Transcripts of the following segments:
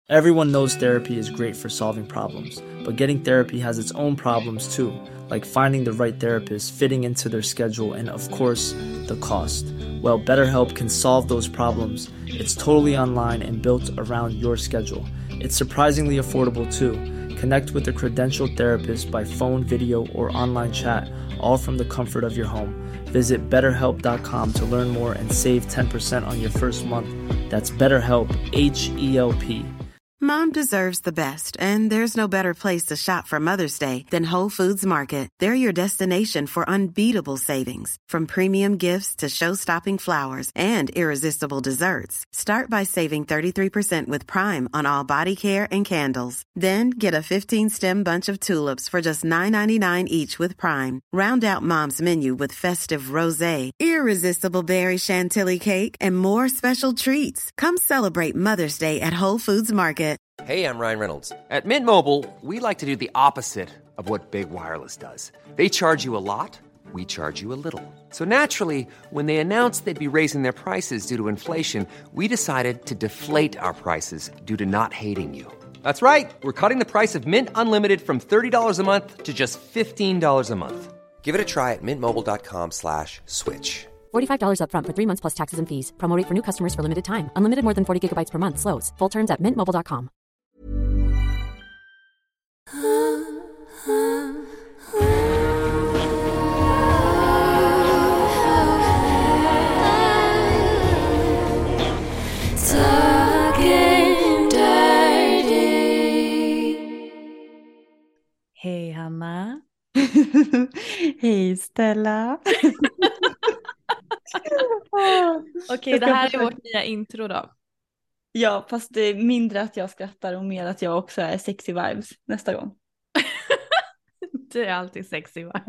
Everyone knows therapy is great for solving problems, but getting therapy has its own problems too, like finding the right therapist, fitting into their schedule, and of course, the cost. Well, BetterHelp can solve those problems. It's totally online and built around your schedule. It's surprisingly affordable too. Connect with a credentialed therapist by phone, video, or online chat, all from the comfort of your home. Visit BetterHelp.com to learn more and save 10% on your first month. That's BetterHelp, H-E-L-P. Mom deserves the best, and there's no better place to shop for Mother's Day than Whole Foods Market. They're your destination for unbeatable savings, from premium gifts to show-stopping flowers and irresistible desserts. Start by saving 33% with Prime on all body care and candles. Then get a 15-stem bunch of tulips for just $9.99 each with Prime. Round out Mom's menu with festive rosé, irresistible berry chantilly cake, and more special treats. Come celebrate Mother's Day at Whole Foods Market. Hey, I'm Ryan Reynolds. At Mint Mobile, we like to do the opposite of what Big Wireless does. They charge you a lot, we charge you a little. So naturally, when they announced they'd be raising their prices due to inflation, we decided to deflate our prices due to not hating you. That's right. We're cutting the price of Mint Unlimited from $30 a month to just $15 a month. Give it a try at mintmobile.com/switch. $45 up front for 3 months plus taxes and fees. Promo rate for new customers for limited time. Unlimited more than 40 gigabytes per month. Slows full terms at mintmobile.com. Hej Hanna. Hej Stella. Okej, det här är vårt nya intro då. Ja, fast det är mindre att jag skrattar och mer att jag också är sexy vibes nästa gång. Du är alltid sexy, va?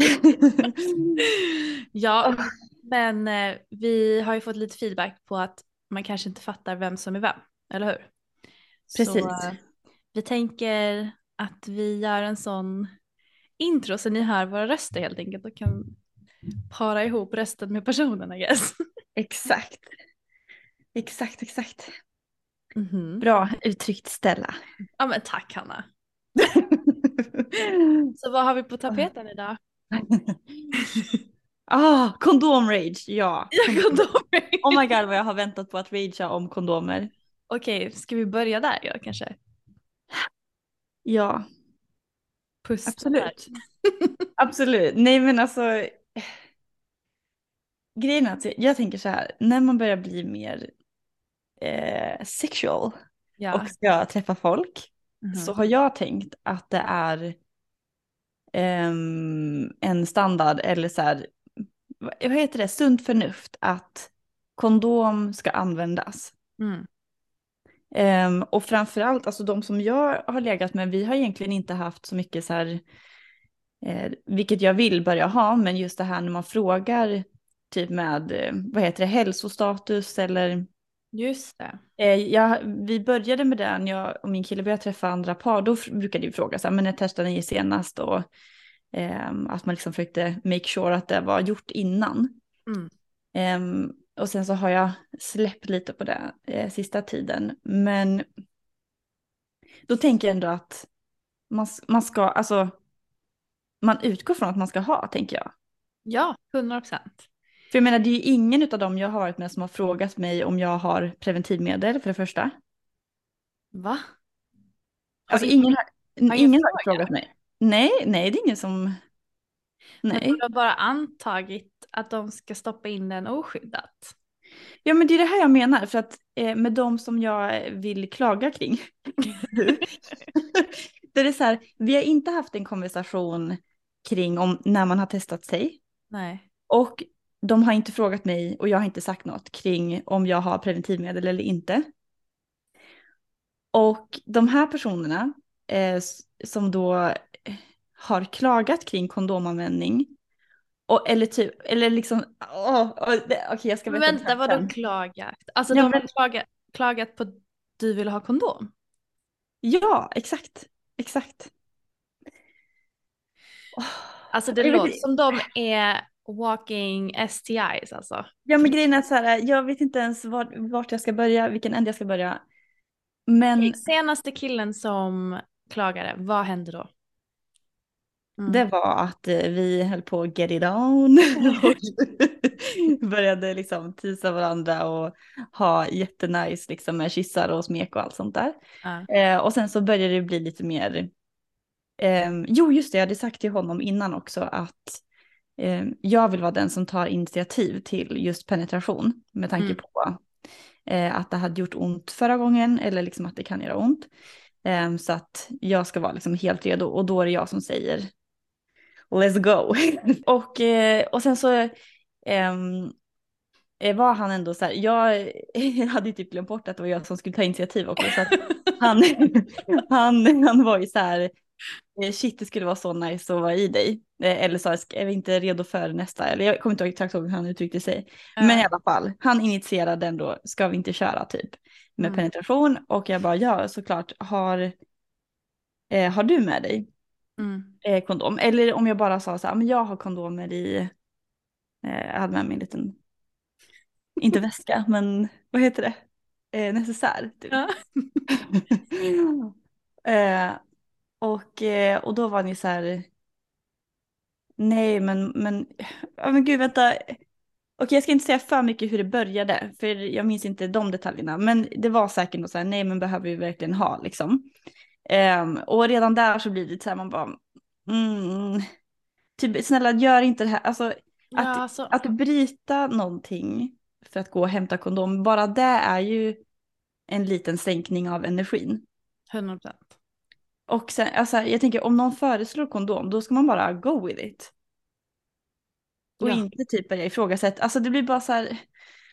Ja, men vi har ju fått lite feedback på att man kanske inte fattar vem som är vem, eller hur? Precis. Så vi tänker att vi gör en sån intro så ni hör våra röster helt enkelt och kan para ihop rösten med personen, I guess. Exakt. Exakt. Mm-hmm. Bra uttryckt, Stella. Ja, men tack Hanna. Så vad har vi på tapeten idag? Kondomrage, ja. Kondomrage. Oh my god, vad jag har väntat på att ragea om kondomer. Okej, ska vi börja där då kanske? Ja. Puss. Absolut. Absolut. Nej men alltså, grejen är att jag tänker så här, när man börjar bli mer sexual och ska träffa folk, så har jag tänkt att det är en standard eller så här, vad heter det, sunt förnuft att kondom ska användas. Och framförallt, alltså de som jag har legat med, vi har egentligen inte haft så mycket så här, vilket jag vill börja ha, men just det här när man frågar typ med, vad heter det, hälsostatus eller... Just det. Vi började med det när jag och min kille började träffa andra par, då brukade vi fråga så här, men när testade ni senast? Och att man liksom försökte make sure att det var gjort innan. Och sen så har jag släppt lite på det sista tiden. Men då tänker jag ändå att man ska, alltså man utgår från att man ska ha, tänker jag. Ja, 100%. För jag menar, det är ju ingen av dem jag har varit med som har frågat mig om jag har preventivmedel, för det första. Va? Alltså ingen har frågat mig. Nej, det är ingen som... Nej. Men du har bara antagit att de ska stoppa in den oskyddat. Ja, men det är det här jag menar. För att med de som jag vill klaga kring. Det är så här, vi har inte haft en konversation kring om när man har testat sig. Nej. Och de har inte frågat mig och jag har inte sagt något kring om jag har preventivmedel eller inte. Och de här personerna som då har klagat kring kondomanvändning eller liksom okej, jag ska berätta. Vänta, vadå klagat? Alltså de har klagat på att du vill ha kondom? Ja, exakt. Alltså det låter som de är walking STIs alltså. Ja, men grejen är så här, jag vet inte ens vart jag ska börja, vilken ände jag ska börja. Men Senaste killen som klagade, vad hände då? det var att vi höll på att get it on och började liksom tisa varandra och ha jättenice liksom med kyssar och smek och allt sånt där. Och sen så började det bli lite mer, jo just det, jag hade sagt till honom innan också att jag vill vara den som tar initiativ till just penetration med tanke på att det hade gjort ont förra gången eller liksom att det kan göra ont. Så att jag ska vara liksom helt redo och då är det jag som säger let's go. och sen så var han ändå så här, jag hade ju typ glömt bort att det var jag som skulle ta initiativ också. Så att han var ju så här, shit det skulle vara så nice att vara i dig. Eller så är vi inte redo för nästa, eller jag kommer inte ihåg exakt hur han uttryckte sig. Men i alla fall, han initierade ändå, ska vi inte köra typ med penetration? Och jag bara, ja såklart, har du med dig kondom? Eller om jag bara sa så här, men jag har kondomer i, jag hade med mig en liten, inte väska, men vad heter det? Necessär. Typ. Ja. Och då var ni så här, nej men gud vänta. Okej, jag ska inte säga för mycket hur det började, för jag minns inte de detaljerna, men det var säkert något så här, nej men behöver vi verkligen ha liksom. Och redan där så blir det så här, man bara, typ snälla gör inte det här, alltså att bryta någonting för att gå och hämta kondom, bara det är ju en liten sänkning av energin. 100%. Och sen, alltså, jag tänker om någon föreslår kondom, då ska man bara go with it. Och inte typ börja ifrågasätta. Alltså det blir bara så här.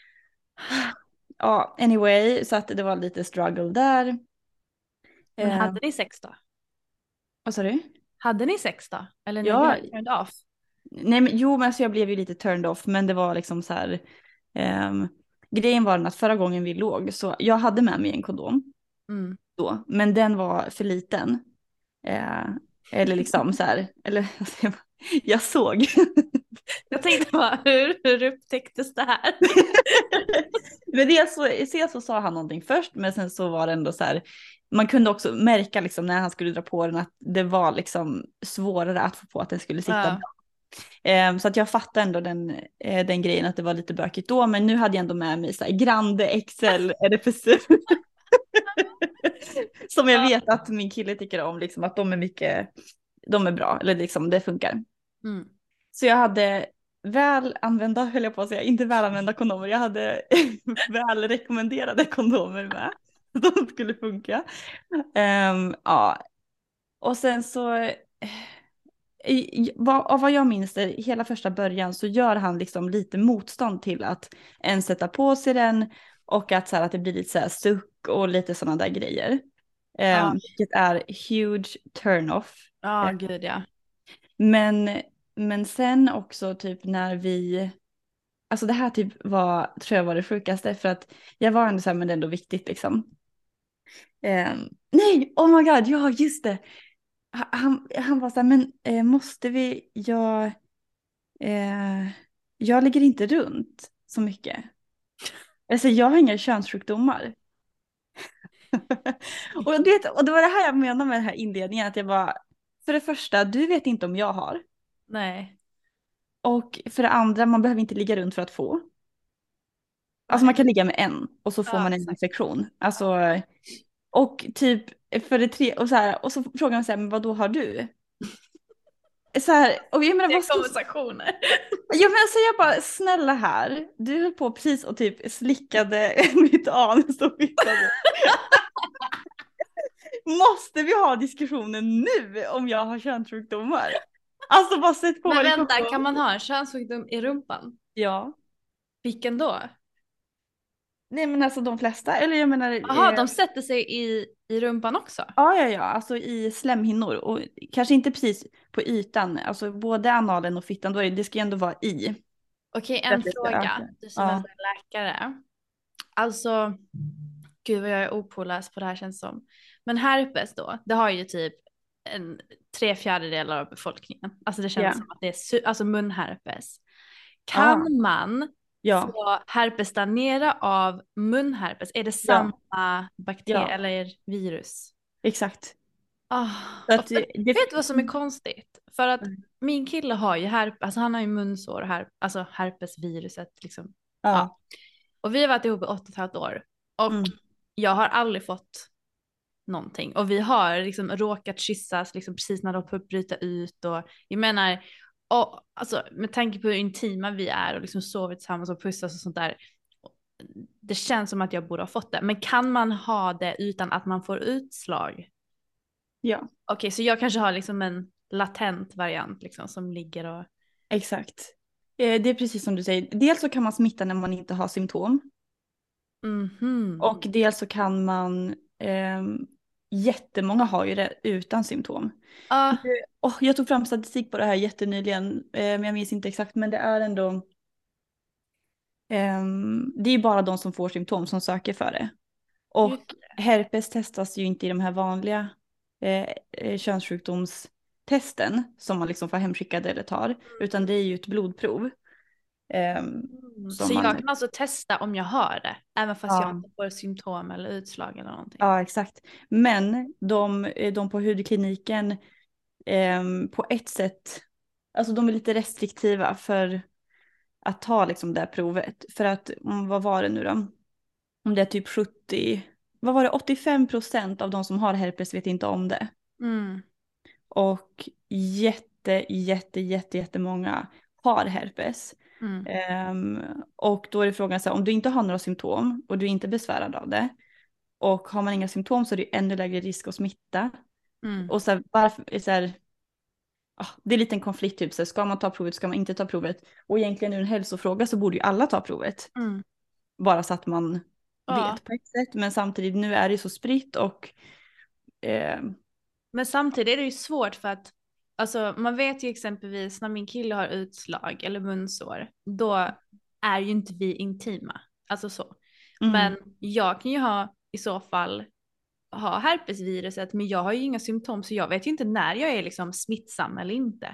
Ja, anyway, så att det var lite struggle där. Men hade ni sex då? Vad sa du? Hade ni sex då? Eller ni Ja. blev turned off? Nej, men jo, men alltså jag blev ju lite turned off, men det var liksom så här. Grejen var den att förra gången vi låg så jag hade med mig en kondom då, men den var för liten. Eller liksom så här, eller jag såg. Jag tänkte bara, hur upptäcktes det här? Men dels så sa han någonting först, men sen så var det ändå så här, man kunde också märka liksom när han skulle dra på den att det var liksom svårare att få på att den skulle sitta bra. Så att jag fattade ändå den grejen att det var lite bökigt då, men nu hade jag ändå med mig så här Grande XL RFSU. Som jag vet att min kille tycker om, liksom att de är bra, eller liksom det funkar. Så jag hade väl använda, höll jag på att säga, inte väl använda kondomer, jag hade väl rekommenderade kondomer med. De skulle funka. Ja. Och sen så, av vad jag minns det, hela första början så gör han liksom lite motstånd till att ens sätta på sig den och att, så här, att det blir lite så här suck och lite sådana där grejer. Vilket är huge turn-off. Ja, gud ja. Men sen också typ när vi, alltså det här typ tror jag var det sjukaste, för att jag var ändå så här, men det är ändå viktigt liksom. Nej, oh my god, ja just det. Han var så här, men måste vi, jag ligger inte runt så mycket. Alltså jag har inga könssjukdomar. och det var det här jag menar med den här inledningen, att jag bara, för det första, du vet inte om jag har. Nej. Och för det andra, man behöver inte ligga runt för att få. Alltså man kan ligga med en och så får man en infektion. Alltså, och typ för det tredje, och så frågar man så här, men vad då har du? Så här, och jag menar, det är konversationer. Ja, men alltså jag bara, snälla här, du höll på precis och typ slickade mitt anus och vittade. Måste vi ha diskussionen nu om jag har könssjukdomar? Alltså bara sätt på. Men vänta, kan man ha en könssjukdom i rumpan? Ja. Vilken då? Nej men alltså de flesta, eller jag menar. Jaha, de sätter sig i rumpan också? Ja, alltså i slemhinnor och kanske inte precis på ytan, alltså både analen och fittan, det ska ju ändå vara i. Okej, en fråga, du som är läkare. Alltså, gud vad jag är opåläst på det här känns som. Men herpes då, det har ju typ 3/4 av befolkningen. Alltså det känns som att det är alltså munherpes. Kan man Ja. Så herpes där nere av munherpes, är det samma bakterie eller virus? Exakt. Oh, Så att vet du vad som är konstigt? För att min kille har ju herpes, alltså han har ju munsår och alltså herpesviruset liksom. Ja. Och vi har varit ihop i 8,5 år. Och jag har aldrig fått någonting. Och vi har liksom råkat kyssas liksom precis när de får bryta ut. Och jag menar, och, alltså, med tanke på hur intima vi är och liksom sover tillsammans och pussas och sånt där. Det känns som att jag borde ha fått det. Men kan man ha det utan att man får utslag? Ja. Okej, så jag kanske har liksom en latent variant liksom som ligger och... Exakt. Det är precis som du säger. Dels så kan man smitta när man inte har symptom. Och dels så kan man... jättemånga har ju det utan symptom. Jag tog fram statistik på det här jättenyligen. Men jag minns inte exakt. Men det är ändå... det är bara de som får symptom som söker för det. Och herpes testas ju inte i de här vanliga könssjukdomstesten som man liksom får hemskickade eller tar. Utan det är ju ett blodprov. Så jag kan alltså testa om jag har det, även fast jag inte får symptom eller utslag eller någonting. Ja, exakt. Men de på hudkliniken på ett sätt, alltså de är lite restriktiva för att ta liksom det här provet. För att, vad var det nu då? Om det är typ 85% av de som har herpes vet inte om det. Och jättemånga har herpes. Och då är det frågan så här, om du inte har några symptom och du är inte besvärad av det och har man inga symptom så är det ännu lägre risk att smitta. Och så här, varför, så här, det är lite en konflikt typ, så här, ska man ta provet, ska man inte ta provet? Och egentligen ur en hälsofråga så borde ju alla ta provet. Bara så att man vet på ett sätt, men samtidigt nu är det så spritt och men samtidigt är det ju svårt för att alltså, man vet ju exempelvis när min kille har utslag eller munsår, då är ju inte vi intima. Alltså så. Men jag kan ju i så fall ha herpesviruset, men jag har ju inga symptom så jag vet ju inte när jag är liksom smittsam eller inte.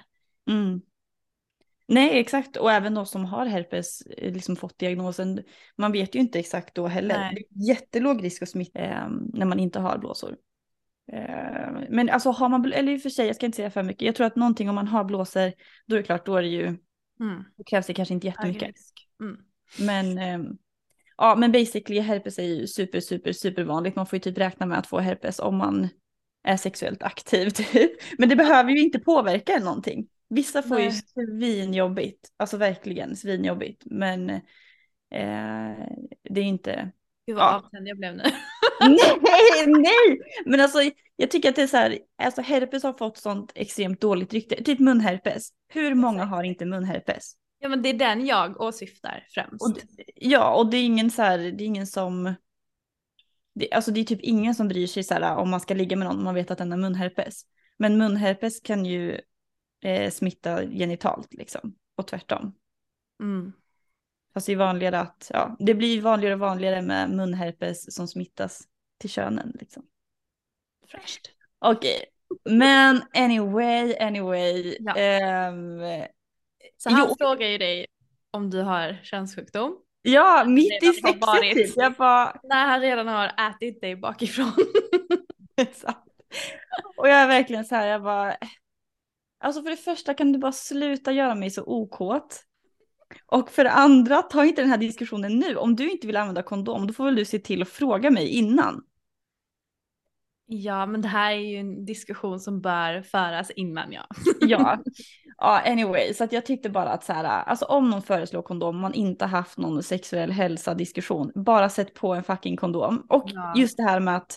Nej, exakt. Och även de som har herpes liksom fått diagnosen, man vet ju inte exakt då heller. Nej. Det är jättelåg risk att smitta när man inte har blåsor. Men alltså har man, eller i och för sig, jag ska inte säga för mycket. Jag tror att någonting om man har blåsor, då är det klart, då är det ju, då krävs det kanske inte jättemycket. Men men basically herpes är ju super vanligt. Man får ju typ räkna med att få herpes om man är sexuellt aktiv typ. Men det behöver ju inte påverka någonting. Vissa får ju svinjobbigt, alltså verkligen svinjobbigt. Men det är inte... Gud vad avtänd jag blev nu. nej! Men alltså jag tycker att det är så här, alltså herpes har fått sånt extremt dåligt rykte. Typ munherpes. Hur många har inte munherpes? Ja, men det är den jag åsyftar främst. Och det är ingen så här, det är ingen som... alltså det är typ ingen som bryr sig så här, om man ska ligga med någon om man vet att den har munherpes. Men munherpes kan ju smitta genitalt liksom. Och tvärtom. Fast det är vanligare att, det blir vanligare och vanligare med munherpes som smittas till könen liksom. Fräscht. Okej. Men anyway. Ja. Så han frågar ju dig om du har könssjukdom. Ja, mitt i sexet. Jag bara... När han redan har ätit dig bakifrån. Och jag är verkligen så här, jag bara... Alltså för det första kan du bara sluta göra mig så okåt. Och för det andra, ta inte den här diskussionen nu. Om du inte vill använda kondom, då får väl du se till att fråga mig innan. Ja, men det här är ju en diskussion som bör föras innan, Ja, anyway. Så att jag tyckte bara att så här, alltså om någon föreslår kondom, man inte haft någon sexuell hälsa diskussion, bara sätt på en fucking kondom. Och just det här med att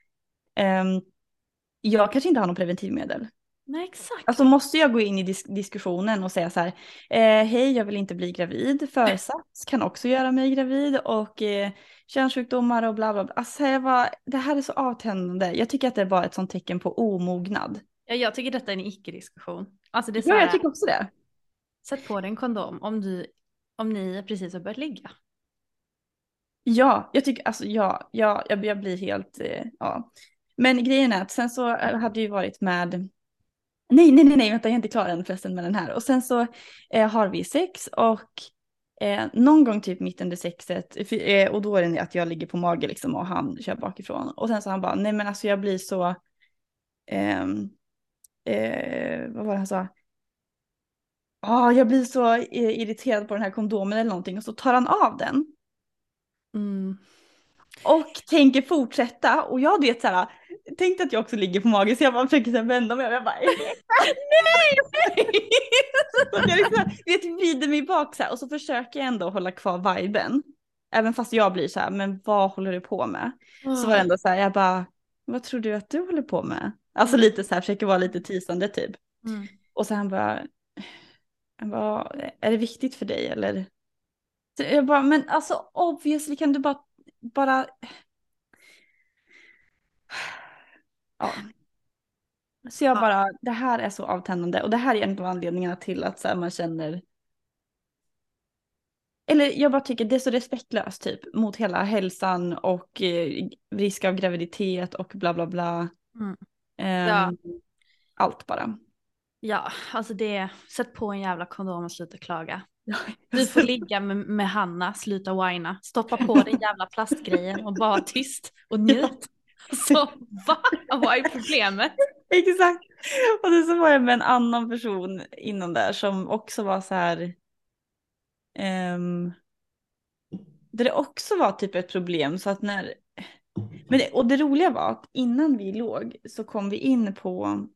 jag kanske inte har någon preventivmedel. Nej, exakt. Alltså måste jag gå in i diskussionen och säga så här, hej, jag vill inte bli gravid, försats kan också göra mig gravid och könssjukdomar och bla bla bla. Alltså det här är så avtändande. Jag tycker att det är bara ett sånt tecken på omognad. Ja, jag tycker detta är en icke-diskussion. Alltså det är så jag tycker också det. Sätt på dig en kondom om ni precis har börjat ligga. Ja, jag tycker, alltså jag blir helt, Men grejen är att sen så hade ju varit med... Nej, vänta, jag är inte klar än förresten med den här. Och sen så har vi sex och någon gång typ mitt under sexet, och då är det att jag ligger på mage liksom och han kör bakifrån. Och sen så han bara, nej men alltså jag blir så, vad var det han sa? Jag blir så irriterad på den här kondomen eller någonting. Och så tar han av den. Och tänker fortsätta. Och jag vet så här, tänkte att jag också ligger på mage. Så jag bara försöker så här vända mig. Och jag bara, nej! Så jag liksom, vrider mig bak så här. Och så försöker jag ändå hålla kvar viben. Även fast jag blir så här, men vad håller du på med? Så var det ändå så här, jag bara, vad tror du att du håller på med? Alltså lite så här, försöker vara lite tisande typ. Och så han bara, är det viktigt för dig eller? Så jag bara, men alltså obviously kan du bara... Ja. Så jag bara, det här är så avtändande. Och det här är en av anledningarna till att så här, man känner... Eller jag bara tycker det är så respektlöst typ mot hela hälsan och risk av graviditet och bla bla bla. Allt bara. Ja, alltså sätt på en jävla kondom och sluta klaga. Du får ligga med Hanna, sluta whina. Stoppa på den jävla plastgrejen och vara tyst och njut. Så vad är problemet? Exakt. Och så var jag med en annan person innan där som också var så här. Där det också var typ ett problem så att och det roliga var att innan vi låg så kom vi in på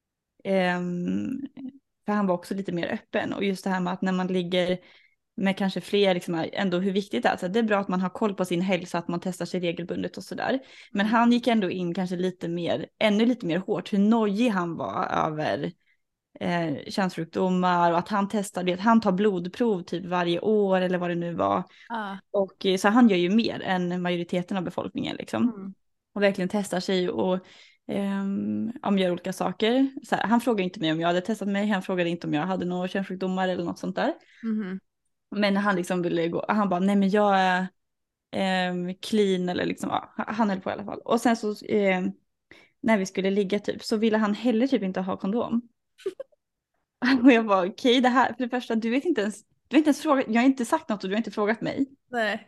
för han var också lite mer öppen och just det här med att när man ligger med kanske fler liksom, ändå hur viktigt det är. Så det är bra att man har koll på sin hälsa, att man testar sig regelbundet och sådär. Men han gick ändå in kanske ännu lite mer hårt hur nojig han var över könssjukdomar och att han testar, han tar blodprov typ varje år eller vad det nu var. Och så han gör ju mer än majoriteten av befolkningen liksom. Och verkligen testar sig och gör olika saker. Så här, han frågade inte mig om jag hade testat mig, han frågade inte om jag hade några könssjukdomar eller något sånt där. Men han liksom ville gå, han bara nej men jag är clean eller liksom, han höll på i alla fall. Och sen så när vi skulle ligga typ så ville han heller typ inte ha kondom. Och jag var okej, det här, för det första, du har inte ens frågat, jag har inte sagt något och du har inte frågat mig. Nej.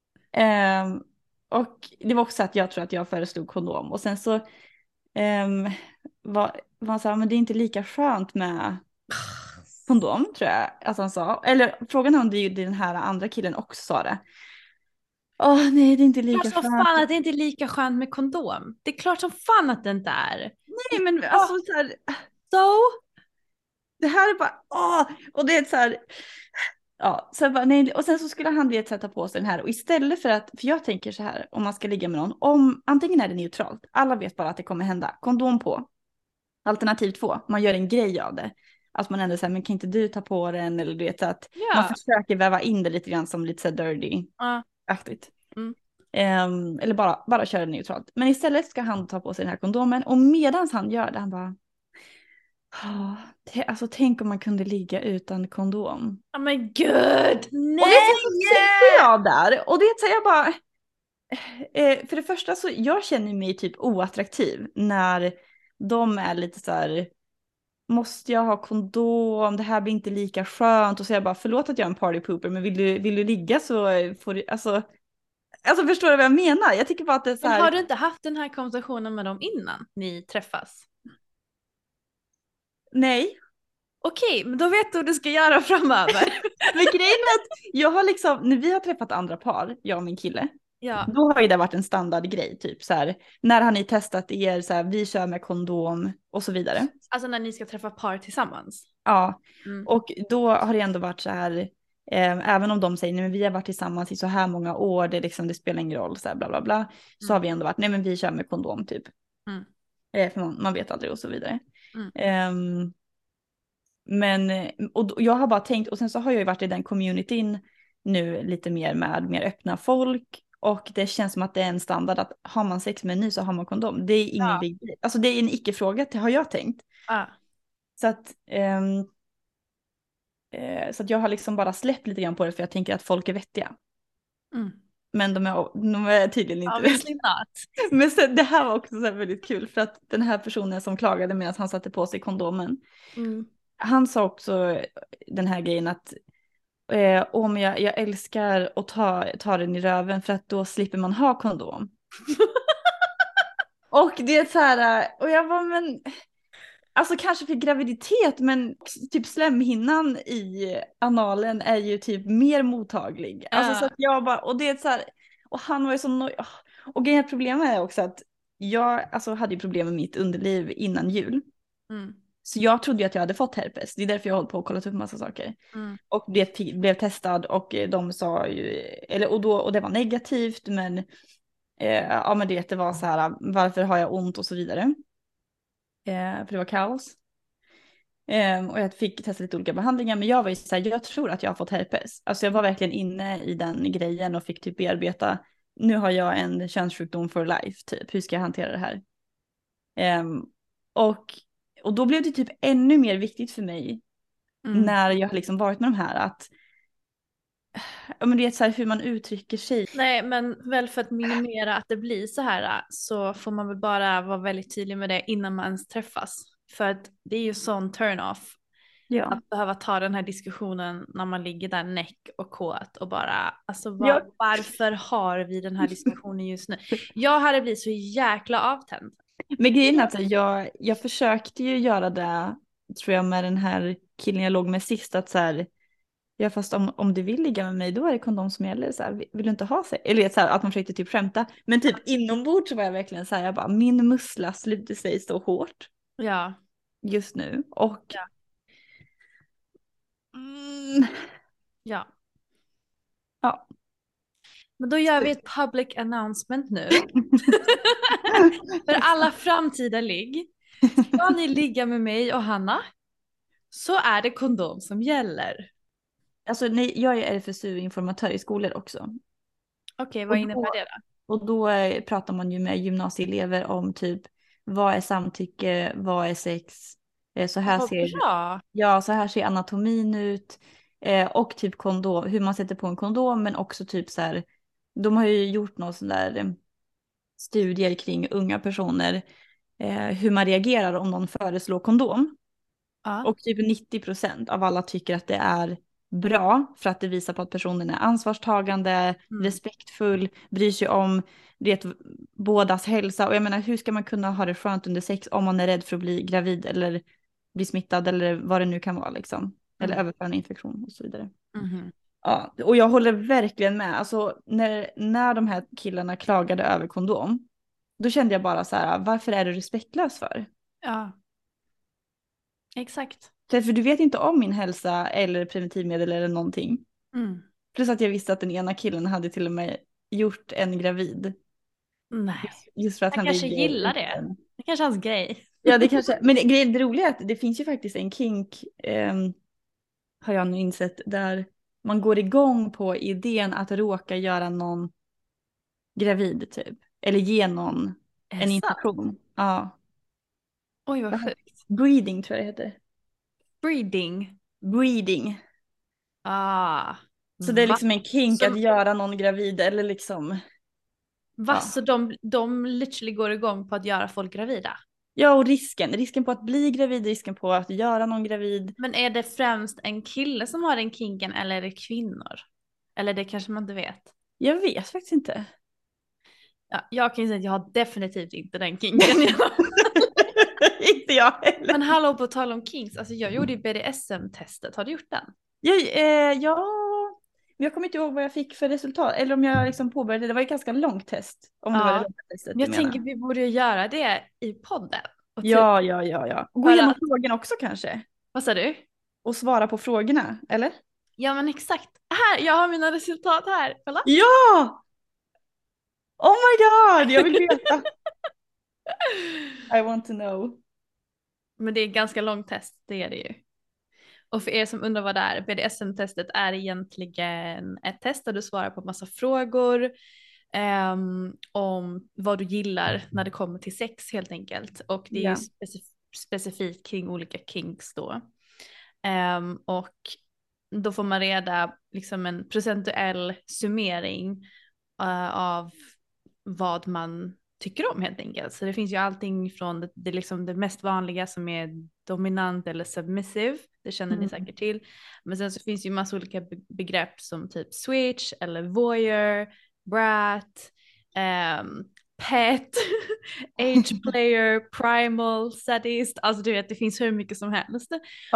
Och det var också att jag tror att jag föreslog kondom. Och sen så var han så här, men det är inte lika skönt med kondom tror jag att han sa. Eller frågan är om den här andra killen också sa det. Nej, det är inte lika skönt. Fan att det inte är lika skönt med kondom. Det är klart som fan att det inte är. Nej, men alltså så här. Det här är bara, och det är så här. Ja, så bara, nej, och sen så skulle han sätta på sig den här och istället för jag tänker så här, om man ska ligga med någon, antingen är det neutralt, alla vet bara att det kommer hända, kondom på, alternativ 2, man gör en grej av det, att man ändå säger, men kan inte du ta på den, eller du vet att man försöker väva in det lite grann som lite så dirty-aktigt. Eller bara köra det neutralt, men istället ska han ta på sig den här kondomen och medan han gör det, han bara alltså tänk om man kunde ligga utan kondom. Men gud, nej! Och det tänkte jag där. Och det säger jag bara. För det första så jag känner mig typ oattraktiv när de är lite så här. Måste jag ha kondom? Det här blir inte lika skönt. Och så jag bara, förlåt att jag är en party pooper, men vill du ligga så får du, alltså förstår du vad jag menar? Jag tycker bara att det är så här. Men har du inte haft den här konversationen med dem innan ni träffas? Nej. Okej, men då vet du vad du ska göra framöver. Men grejen är att jag har liksom, när vi har träffat andra par, jag och min kille, då har ju det varit en standardgrej, typ så här, när har ni testat er, så här, vi kör med kondom och så vidare. Alltså när ni ska träffa par tillsammans? Ja, och då har det ändå varit så här, även om de säger, nej men vi har varit tillsammans i så här många år, det spelar ingen roll, så här, bla bla bla, så har vi ändå varit, nej men vi kör med kondom typ. För man vet aldrig och så vidare. Men och jag har bara tänkt, och sen så har jag ju varit i den communityn nu lite mer med mer öppna folk, och det känns som att det är en standard att har man sex med en ny så har man kondom. Det är ingen big, alltså det är en icke-fråga, har jag tänkt. Så att jag har liksom bara släppt lite grann på det, för jag tänker att folk är vettiga. Men de är tydligen inte Obviously not. Men så, det här var också så väldigt kul, för att den här personen som klagade medan han satte på sig kondomen, han sa också den här grejen att Om jag älskar att ta den i röven för att då slipper man ha kondom. Och det är så här, och jag var men, alltså kanske för graviditet, men typ slemhinnan i analen är ju typ mer mottaglig. Alltså så att jag bara, och det är så här, och han var ju så nöjd. Och problemet är också att jag alltså, hade ju problem med mitt underliv innan jul. Så jag trodde ju att jag hade fått herpes. Det är därför jag hållit på och kollat upp massa saker. Och blev testad och de sa ju, och det var negativt, men ja men det var så här, varför har jag ont och så vidare. För det var kaos. Och jag fick testa lite olika behandlingar, men jag var ju så här, jag tror att jag har fått herpes. Alltså jag var verkligen inne i den grejen och fick typ bearbeta, nu har jag en könssjukdom for life typ, hur ska jag hantera det här? Och då blev det typ ännu mer viktigt för mig när jag har liksom varit med de här att men det är så här hur man uttrycker sig. Nej, men väl för att minimera att det blir så här så får man väl bara vara väldigt tydlig med det innan man ens träffas. För att det är ju sån turn-off att behöva ta den här diskussionen när man ligger där näck och kåt och bara, alltså varför har vi den här diskussionen just nu? Jag hade blivit så jäkla avtänd. Men grejen är att jag försökte ju göra det, tror jag, med den här killen jag låg med sist, att så här, ja fast om du vill ligga med mig då är det kondom som gäller, så här, vill du inte ha sig? Eller så här, att man försökte typ skämta, men typ inombords så var jag verkligen så här, jag bara, min mussla sluter sig så hårt. Ja. Just nu, och ja. Ja. Men då gör vi ett public announcement nu. För alla framtida ligg. Ska ni ligga med mig och Hanna så är det kondom som gäller. Alltså nej, jag är RFSU-informatör i skolor också. Okej, vad innebär det då? Och då pratar man ju med gymnasieelever om typ, vad är samtycke, vad är sex? Så här ser anatomin ut. Och typ kondom, hur man sätter på en kondom, men också typ så här, de har ju gjort någon sån där studier kring unga personer, hur man reagerar om någon föreslår kondom. Och typ 90% av alla tycker att det är bra för att det visar på att personen är ansvarstagande, respektfull, bryr sig om bådas hälsa. Och jag menar, hur ska man kunna ha det skönt under sex om man är rädd för att bli gravid eller bli smittad eller vad det nu kan vara liksom. Eller överföra en infektion och så vidare. Ja, och jag håller verkligen med. Alltså när de här killarna klagade över kondom, då kände jag bara så här, varför är du respektlös för? Ja. Exakt. För du vet inte om min hälsa eller preventivmedel eller någonting. Plus att jag visste att den ena killen hade till och med gjort en gravid. Nej. Just för att han kanske gillar det. Det kanske är hans grej. Ja, det kanske. Men det roliga är att det finns ju faktiskt en kink, har jag nu insett, där man går igång på idén att råka göra någon gravid typ. Eller ge någon en infektion. Ja. Oj, vad sjukt. Breeding tror jag det heter. Breeding. Så det är liksom en kink att göra någon gravid eller liksom. Så de literally går igång på att göra folk gravida? Ja, och risken på att bli gravid, risken på att göra någon gravid. Men är det främst en kille som har den kinken eller är det kvinnor? Eller det kanske man inte vet. Jag vet faktiskt inte. Ja, jag kan ju säga att jag har definitivt inte den kinken. Inte jag heller. Men hallå, på tal om kinks, alltså jag gjorde ju BDSM-testet, har du gjort den? Ja, men jag kommer inte ihåg vad jag fick för resultat, eller om jag liksom påbörjade, det var ett ganska långt test. Om det var det långa testet. Men jag tänker vi borde göra det i podden. Och ja. Och gå igenom frågorna också kanske. Vad sa du? Och svara på frågorna, eller? Ja men exakt, här, jag har mina resultat här, kolla. Ja! Oh my god, jag vill veta. I want to know. Men det är ett ganska långt test, det är det ju. Och för er som undrar vad det är, BDSM-testet är egentligen ett test där du svarar på massa frågor om vad du gillar när det kommer till sex helt enkelt. Och det är ju specifikt kring olika kinks då. Och då får man reda liksom en procentuell summering av vad man tycker om helt enkelt. Så det finns ju allting från det liksom det mest vanliga som är dominant eller submissive. Det känner ni säkert till. Men sen så finns ju massa olika begrepp som typ switch eller voyeur, brat, pet, age player, primal, sadist. Alltså du vet, det finns hur mycket som helst.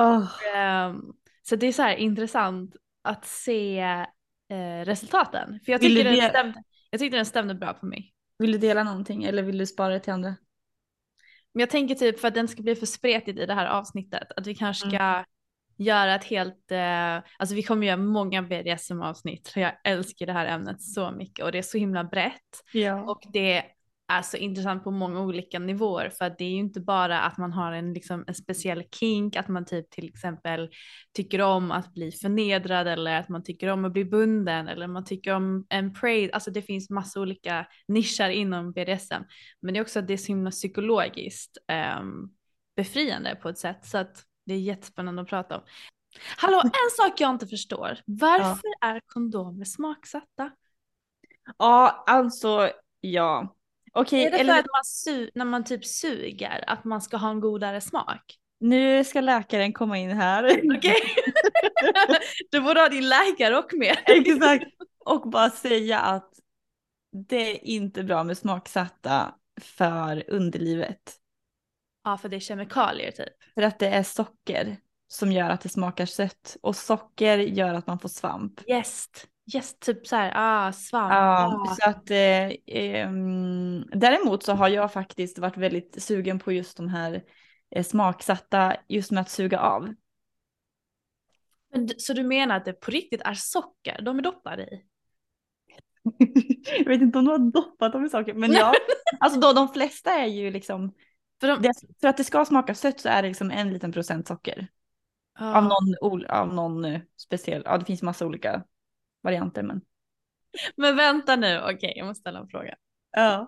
Så det är så här intressant att se resultaten. För jag tyckte den stämde bra på mig. Vill du dela någonting eller vill du spara det till andra? Men jag tänker typ för att den ska bli för spretigt i det här avsnittet. Att vi kanske ska göra ett helt, alltså vi kommer göra många BDSM-avsnitt. För jag älskar det här ämnet så mycket och det är så himla brett. Ja. Och det är så intressant på många olika nivåer. För att det är ju inte bara att man har en speciell kink. Att man typ till exempel tycker om att bli förnedrad. Eller att man tycker om att bli bunden. Eller man tycker om en praise. Alltså det finns massa olika nischer inom BDSM. Men det är också att det är så himla psykologiskt befriande på ett sätt. Så att det är jättespännande att prata om. Hallå, en sak jag inte förstår. Varför är kondomer smaksatta? Ja, alltså ja. Okej, är det för att när man typ suger att man ska ha en godare smak? Nu ska läkaren komma in här. Okej. Du borde ha din läkare och med. Exakt. Och bara säga att det är inte bra med smaksatta för underlivet. Ja, för det är kemikalier typ. För att det är socker som gör att det smakar sött. Och socker gör att man får svamp. Yes, typ så här, svamp. Ja, så att däremot så har jag faktiskt varit väldigt sugen på just de här smaksatta, just med att suga av. Men, så du menar att det på riktigt är socker de är doppade i? Jag vet inte om de har doppat dem i saker, men ja. Alltså då de flesta är ju liksom, för att det ska smaka sött så är det liksom 1 liten procent socker. Av någon speciell, ja det finns massa olika varianter men. Men vänta nu, okej, jag måste ställa en fråga. Ja.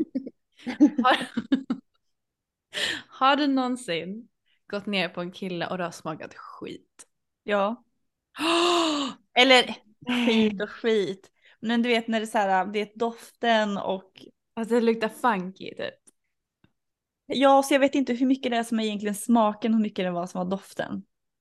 Har du någonsin gått ner på en kille och det har smakat skit? Ja. Eller skit. Men du vet när det är så här, det är doften och alltså det luktar funky typ. Ja, så jag vet inte hur mycket det är som är egentligen smaken och hur mycket det var som var doften.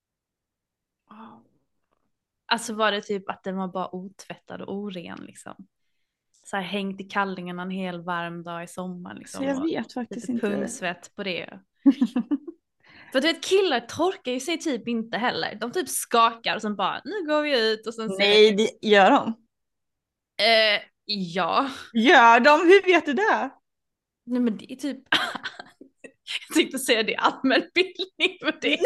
Alltså var det typ att den var bara otvättad och oren liksom? Så här hängt i kallingarna en hel varm dag i sommar liksom. Så jag vet faktiskt inte. Pungsvett på det. För du vet, killar torkar ju sig typ inte heller. De typ skakar och sen bara, nu går vi ut och sen Nej, det gör de. Ja. Gör de? Hur vet du det? Nej men det är typ jag tänkte säga det är allmänbildning för det.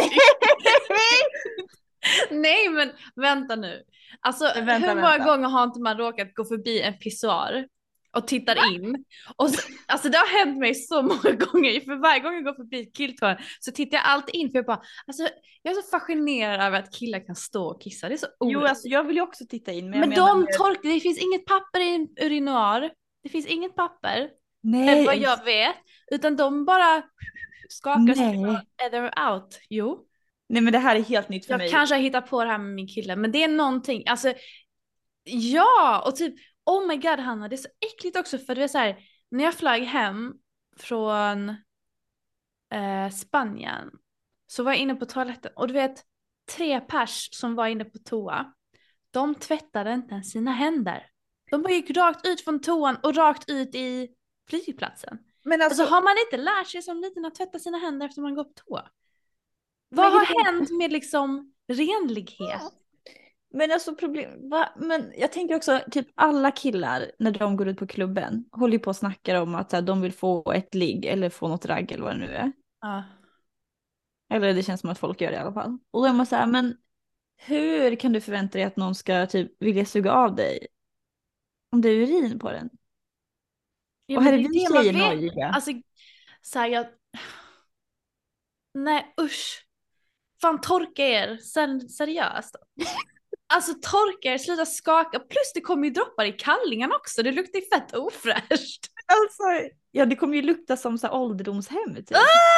Nej men vänta nu. Alltså hur många gånger har inte man råkat gå förbi en pissoar och tittar in? Och så, alltså det har hänt mig så många gånger. För varje gång jag går förbi killtoan så tittar jag alltid in. För jag bara, alltså jag är så fascinerad över att killar kan stå och kissa. Det är så Jo alltså jag vill ju också titta in. Men de torkar, det finns inget papper i en urinoar. Det finns inget papper. Nej. Vad jag vet. Utan de bara skakar sig och they're out. Jo. Nej men det här är helt nytt för mig. Jag kanske har hittat på det här med min kille. Men det är någonting. Alltså ja. Och typ oh my god Hanna. Det är så äckligt också. För det är så här. När jag flög hem från Spanien. Så var jag inne på toaletten. Och du vet 3 pers som var inne på toa. De tvättade inte ens sina händer. De bara gick rakt ut från toan och rakt ut i flygplatsen. Men alltså har man inte lärt sig som liten att tvätta sina händer efter man går på toa? Vad har hänt med liksom renlighet? Men alltså men jag tänker också typ alla killar när de går ut på klubben håller ju på och snackar om att så här, de vill få ett ligg eller få något ragg eller vad det nu är. Ja. Eller det känns som att folk gör det i alla fall. Och då är man så här, men hur kan du förvänta dig att någon ska typ vilja suga av dig om det är urin på den? Ja, och här är det vi man tjejer vet. Alltså, så här, nej usch. Fan torka er, seriöst. Alltså torka er, sluta skaka. Plus det kommer ju droppar i kallingarna också. Det luktar ju fett ofräscht. Alltså, ja det kommer ju lukta som så här ålderdomshem typ.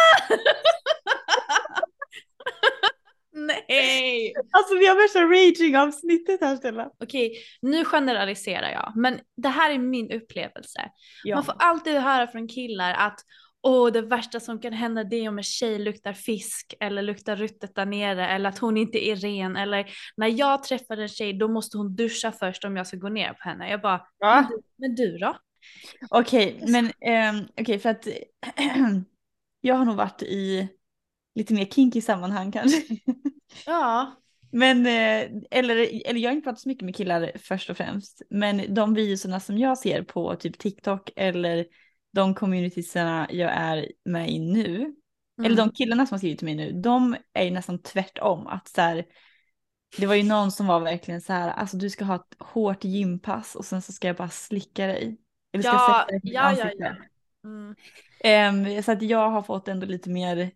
Nej. Alltså vi har värsta raging-avsnittet här Stella. Okej, nu generaliserar jag. Men det här är min upplevelse. Ja. Man får alltid höra från killar att det värsta som kan hända det är om en tjej luktar fisk eller luktar ruttet där nere eller att hon inte är ren, eller när jag träffar en tjej då måste hon duscha först om jag ska gå ner på henne. Jag bara, men du då? Okej, men för att jag har nog varit i lite mer kinky sammanhang kanske. Ja. Men, eller jag har inte pratat så mycket med killar först och främst. Men de videorna som jag ser på typ TikTok eller de communitiesarna jag är med i nu. Eller de killarna som har skrivit till mig nu. De är ju nästan tvärtom. Att så här, det var ju någon som var verkligen så här. Alltså du ska ha ett hårt gympass och sen så ska jag bara slicka dig. Eller ska sätta dig på ditt ansikte. Så att jag har fått ändå lite mer.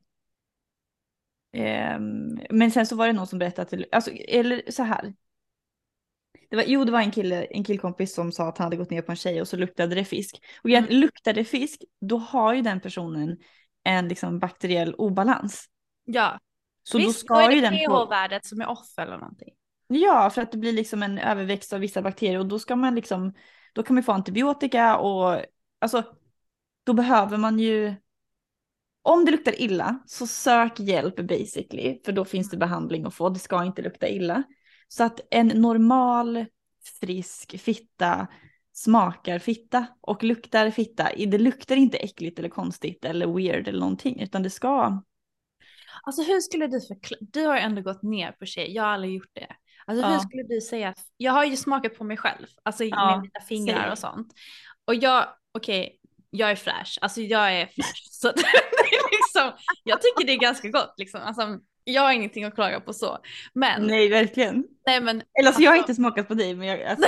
Men sen så var det någon som berättade till, alltså, eller så här. Det var en killkompis som sa att han hade gått ner på en tjej och så luktade det fisk. Och luktade det fisk, då har ju den personen en liksom bakteriell obalans. Ja. Så visst, då ska är ju det den pH-värdet som är off eller någonting. Ja, för att det blir liksom en överväxt av vissa bakterier och då ska man liksom, då kan man få antibiotika och alltså, då behöver man ju. Om det luktar illa så sök hjälp basically. För då finns det behandling att få. Det ska inte lukta illa. Så att en normal frisk fitta smakar fitta och luktar fitta. Det luktar inte äckligt eller konstigt eller weird eller någonting. Utan det ska. Alltså hur skulle du förklara? Du har ju ändå gått ner på tjej. Jag har aldrig gjort det. Alltså hur skulle du säga? Jag har ju smakat på mig själv. Alltså med mina fingrar och sånt. Och jag är fräsch. Alltså jag är fräsch. Så det är liksom, jag tycker det är ganska gott liksom. Alltså, jag har ingenting att klaga på så. Men. Nej, verkligen. Nej, men. Eller alltså jag har inte smakat på dig, men alltså.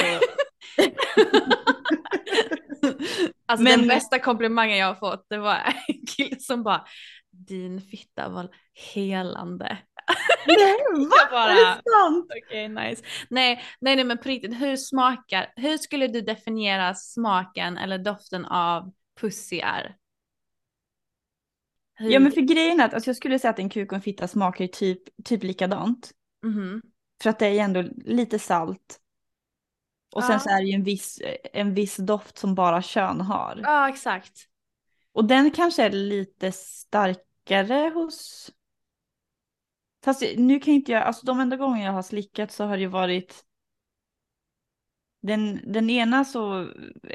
Alltså den bästa komplimangen jag har fått, det var en kille som bara, din fitta var helande. Nej, vad? Är det sant? Okej, nice. Nej, men på riktigt, hur skulle du definiera smaken eller doften av pussy är? Ja, men för grejen är att alltså, jag skulle säga att en kuk och en fitta smakar ju typ likadant. För att det är ändå lite salt. Och sen så är det ju en viss doft som bara kön har. Ja, exakt. Och den kanske är lite starkare hos. Fast nu kan inte jag, alltså de enda gånger jag har slickat så har det ju varit. Den ena så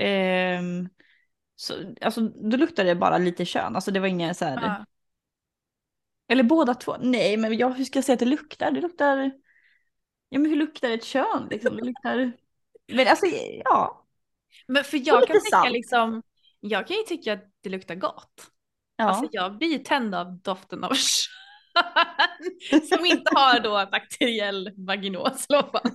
alltså då luktade det bara lite kön. Alltså det var inga så här. Ja. Eller båda två. Nej, men hur ska jag säga att det luktar? Det luktar. Ja, men hur luktar ett kön liksom? Det luktar. Men alltså, ja. Men för jag kan tycka liksom, jag kan ju tycka att det luktar gott. Ja. Alltså jag blir tänd av doften av kön. Som inte har då bakteriell vaginos.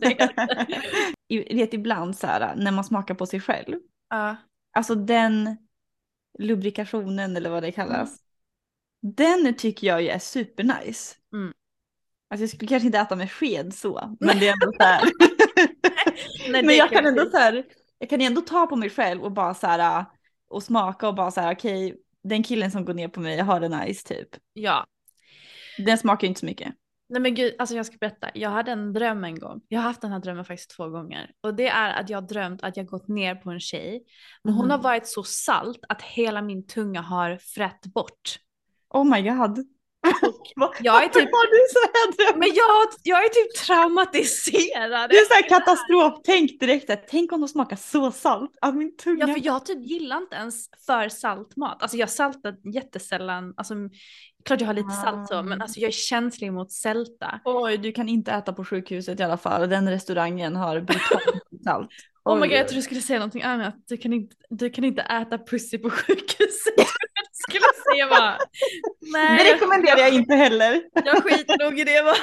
Vet ibland så här, när man smakar på sig själv. Alltså den lubrikationen eller vad det kallas. Den tycker jag ju är supernice. Alltså jag skulle kanske inte äta med sked så. Men det är ändå så här. Men jag kan ändå så här. Jag kan ändå ta på mig själv och bara så här. Och smaka och bara så här. Okej, den killen som går ner på mig har det nice typ. Ja. Den smakar ju inte så mycket. Nej men gud, alltså jag ska berätta. Jag hade en dröm en gång. Jag har haft den här drömmen faktiskt 2 gånger. Och det är att jag har drömt att jag gått ner på en tjej. Men hon har varit så salt att hela min tunga har frätt bort. Oh my god. Jag är typ, har du så här dröm? men jag är typ traumatiserad. Det är så här katastrof. Tänk direkt att tänk om de smakar så salt av min tunga. Ja, för jag typ gillar inte ens för salt mat. Alltså jag saltar jättesällan. Alltså klart jag har lite salt så, men alltså jag är känslig mot sälta. Oj, du kan inte äta på sjukhuset i alla fall. Den restaurangen har brutalt salt. Oh my god, jag tror du skulle säga någonting annat. Du kan inte äta pussy på sjukhuset. Skulle säga bara, nej. Det rekommenderar jag inte heller. Jag skiter nog i det va.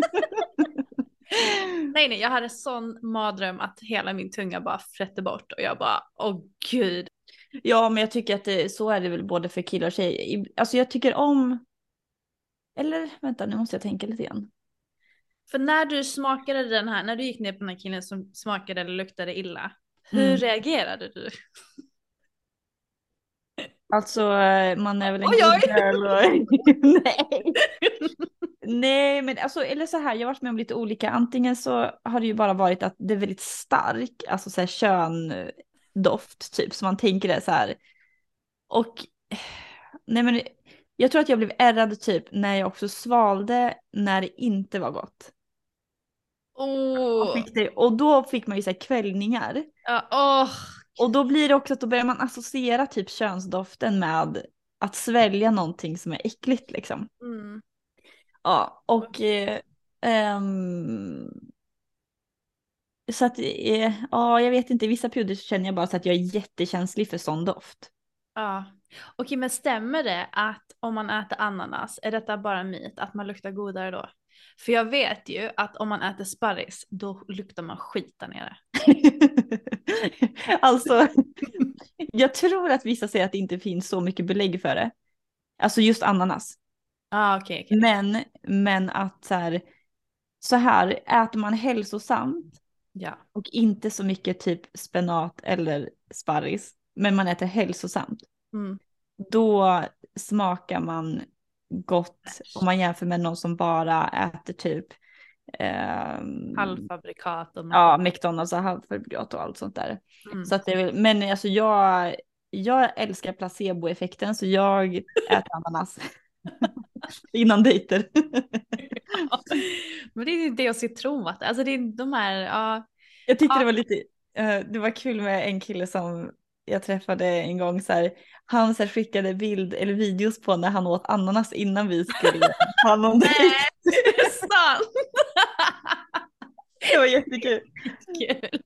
Nej, jag hade sån mardröm att hela min tunga bara frätte bort och jag bara, åh gud. Ja, men jag tycker att så är det väl både för killar och tjejer. Alltså jag tycker om, eller vänta nu måste jag tänka lite grann. För när du smakade den här, när du gick ner på den här killen som smakade eller luktade illa, hur reagerade du? Alltså man är väl en good girl och... Nej, men alltså, eller så här, jag har varit med om lite olika. Antingen så har det ju bara varit att det är väldigt stark, alltså så här köndoft typ, så man tänker det så här. Och nej men jag tror att jag blev ärrad typ när jag också svalde när det inte var gott. Och då fick man ju så här kvällningar. Och då blir det också att då börjar man associera typ könsdoften med att svälja någonting som är äckligt liksom. Ja, och så att ja, jag vet inte, i vissa perioder känner jag bara så att jag är jättekänslig för sån doft. Ja. Okej, men stämmer det att om man äter ananas, är detta bara en myt att man luktar godare då? För jag vet ju att om man äter sparris, då luktar man skit där nere. Alltså, jag tror att vissa säger att det inte finns så mycket belägg för det. Alltså just ananas. Okej. Men att så här äter man hälsosamt och inte så mycket typ spenat eller sparris, men man äter hälsosamt. Då smakar man gott om man jämför med någon som bara äter typ halvfabrikat och McDonalds och halvfabrikat och allt sånt där. Så att det är väl, men alltså jag älskar placeboeffekten, så jag äter ananas innan dejter. Men det är det och citronvatten. Alltså det är de här, Jag tyckte det var lite, det var kul med en kille som jag träffade en gång så här. Han så här skickade bild eller videos på när han åt ananas innan vi skulle ha någon dejt. Nej, det är sant. Det var jättekul. Kul.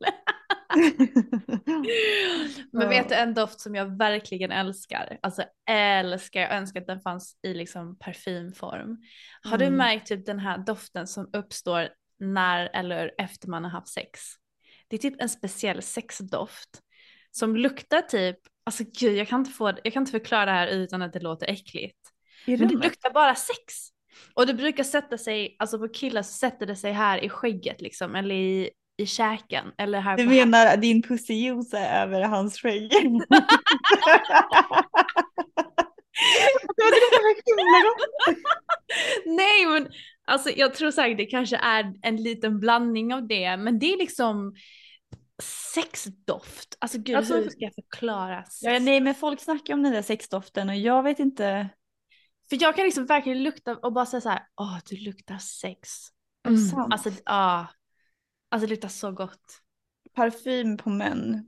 Men vet du en doft som jag verkligen älskar? Alltså jag önskar att den fanns i liksom parfymform. Har du märkt typ den här doften som uppstår när eller efter man har haft sex? Det är typ en speciell sexdoft som luktar typ, alltså gud jag kan inte förklara det här utan att det låter äckligt. Men det luktar bara sex. Och det brukar sätta sig, alltså på killar så sätter det sig här i skägget liksom, eller i käken. Eller här du på menar att din pussyjuice är över hans skägg? Nej men alltså jag tror säkert det kanske är en liten blandning av det, men det är liksom sexdoft. Alltså gud, alltså, hur ska jag förklara? Nej men folk snackar om den där sexdoften och jag vet inte. För jag kan liksom verkligen lukta och bara säga så här, du luktar sex. Alltså det luktar så gott. Parfym på män.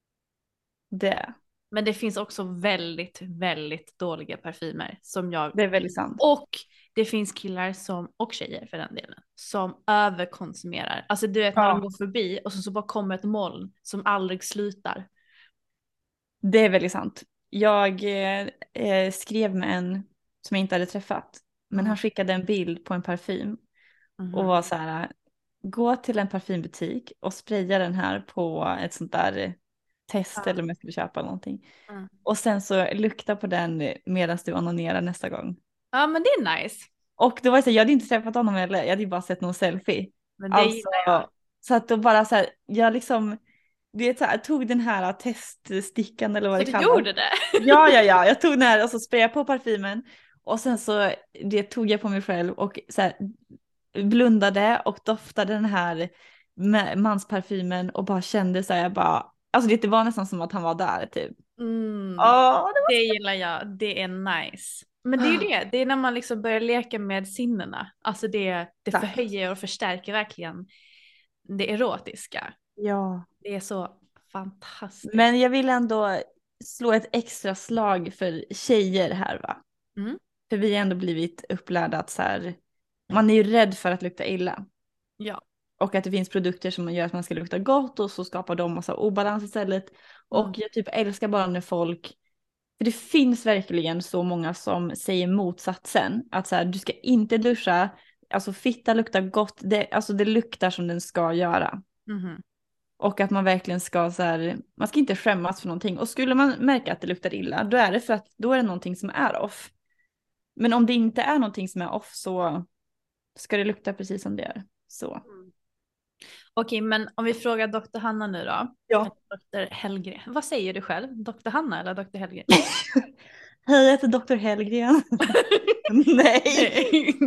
Det. Men det finns också väldigt, väldigt dåliga parfymer som jag. Det är väldigt sant. Och det finns killar och tjejer för den delen som överkonsumerar. Alltså du vet när de går förbi och så bara kommer ett moln som aldrig slutar. Det är väldigt sant. Jag skrev med en som jag inte hade träffat. Men han skickade en bild på en parfym. Och var så här, gå till en parfymbutik och spraya den här på ett sånt där test eller om jag skulle köpa någonting. Och sen så lukta på den medan du onanerar nästa gång. Ja men det är nice. Och då var det så här, jag hade inte träffat honom heller, jag hade ju bara sett någon selfie. Men det gillar jag. Så att då bara så här, jag liksom, du vet så här, jag tog den här teststickan eller vad så det kallas. Så du gjorde det? Ja, jag tog den här och så sprayade jag på parfymen. Och sen så det tog jag på mig själv och så här, blundade och doftade den här mansparfymen och bara kände så här, jag bara, alltså det var nästan som att han var där typ. Det gillar jag, det är nice. Men det är ju det är när man liksom börjar leka med sinnena. Alltså det förhöjer och förstärker verkligen det erotiska. Ja. Det är så fantastiskt. Men jag vill ändå slå ett extra slag för tjejer här va. För vi har ändå blivit upplärda att så här, man är ju rädd för att lukta illa. Ja. Och att det finns produkter som gör att man ska lukta gott och så skapar de massa obalans istället. Och jag typ älskar bara när folk, för det finns verkligen så många som säger motsatsen. Att så här, du ska inte duscha, alltså fitta luktar gott, det luktar som den ska göra. Och att man verkligen ska så här, man ska inte skämmas för någonting. Och skulle man märka att det luktar illa, då är det för att då är det någonting som är off. Men om det inte är någonting som är off så ska det lukta precis som det är. Så. Okej, men om vi frågar Dr. Hanna nu då. Ja. Dr. Hellgren. Vad säger du själv? Dr. Hanna eller Dr. Hellgren? Hej, jag heter Dr. Hellgren. Nej.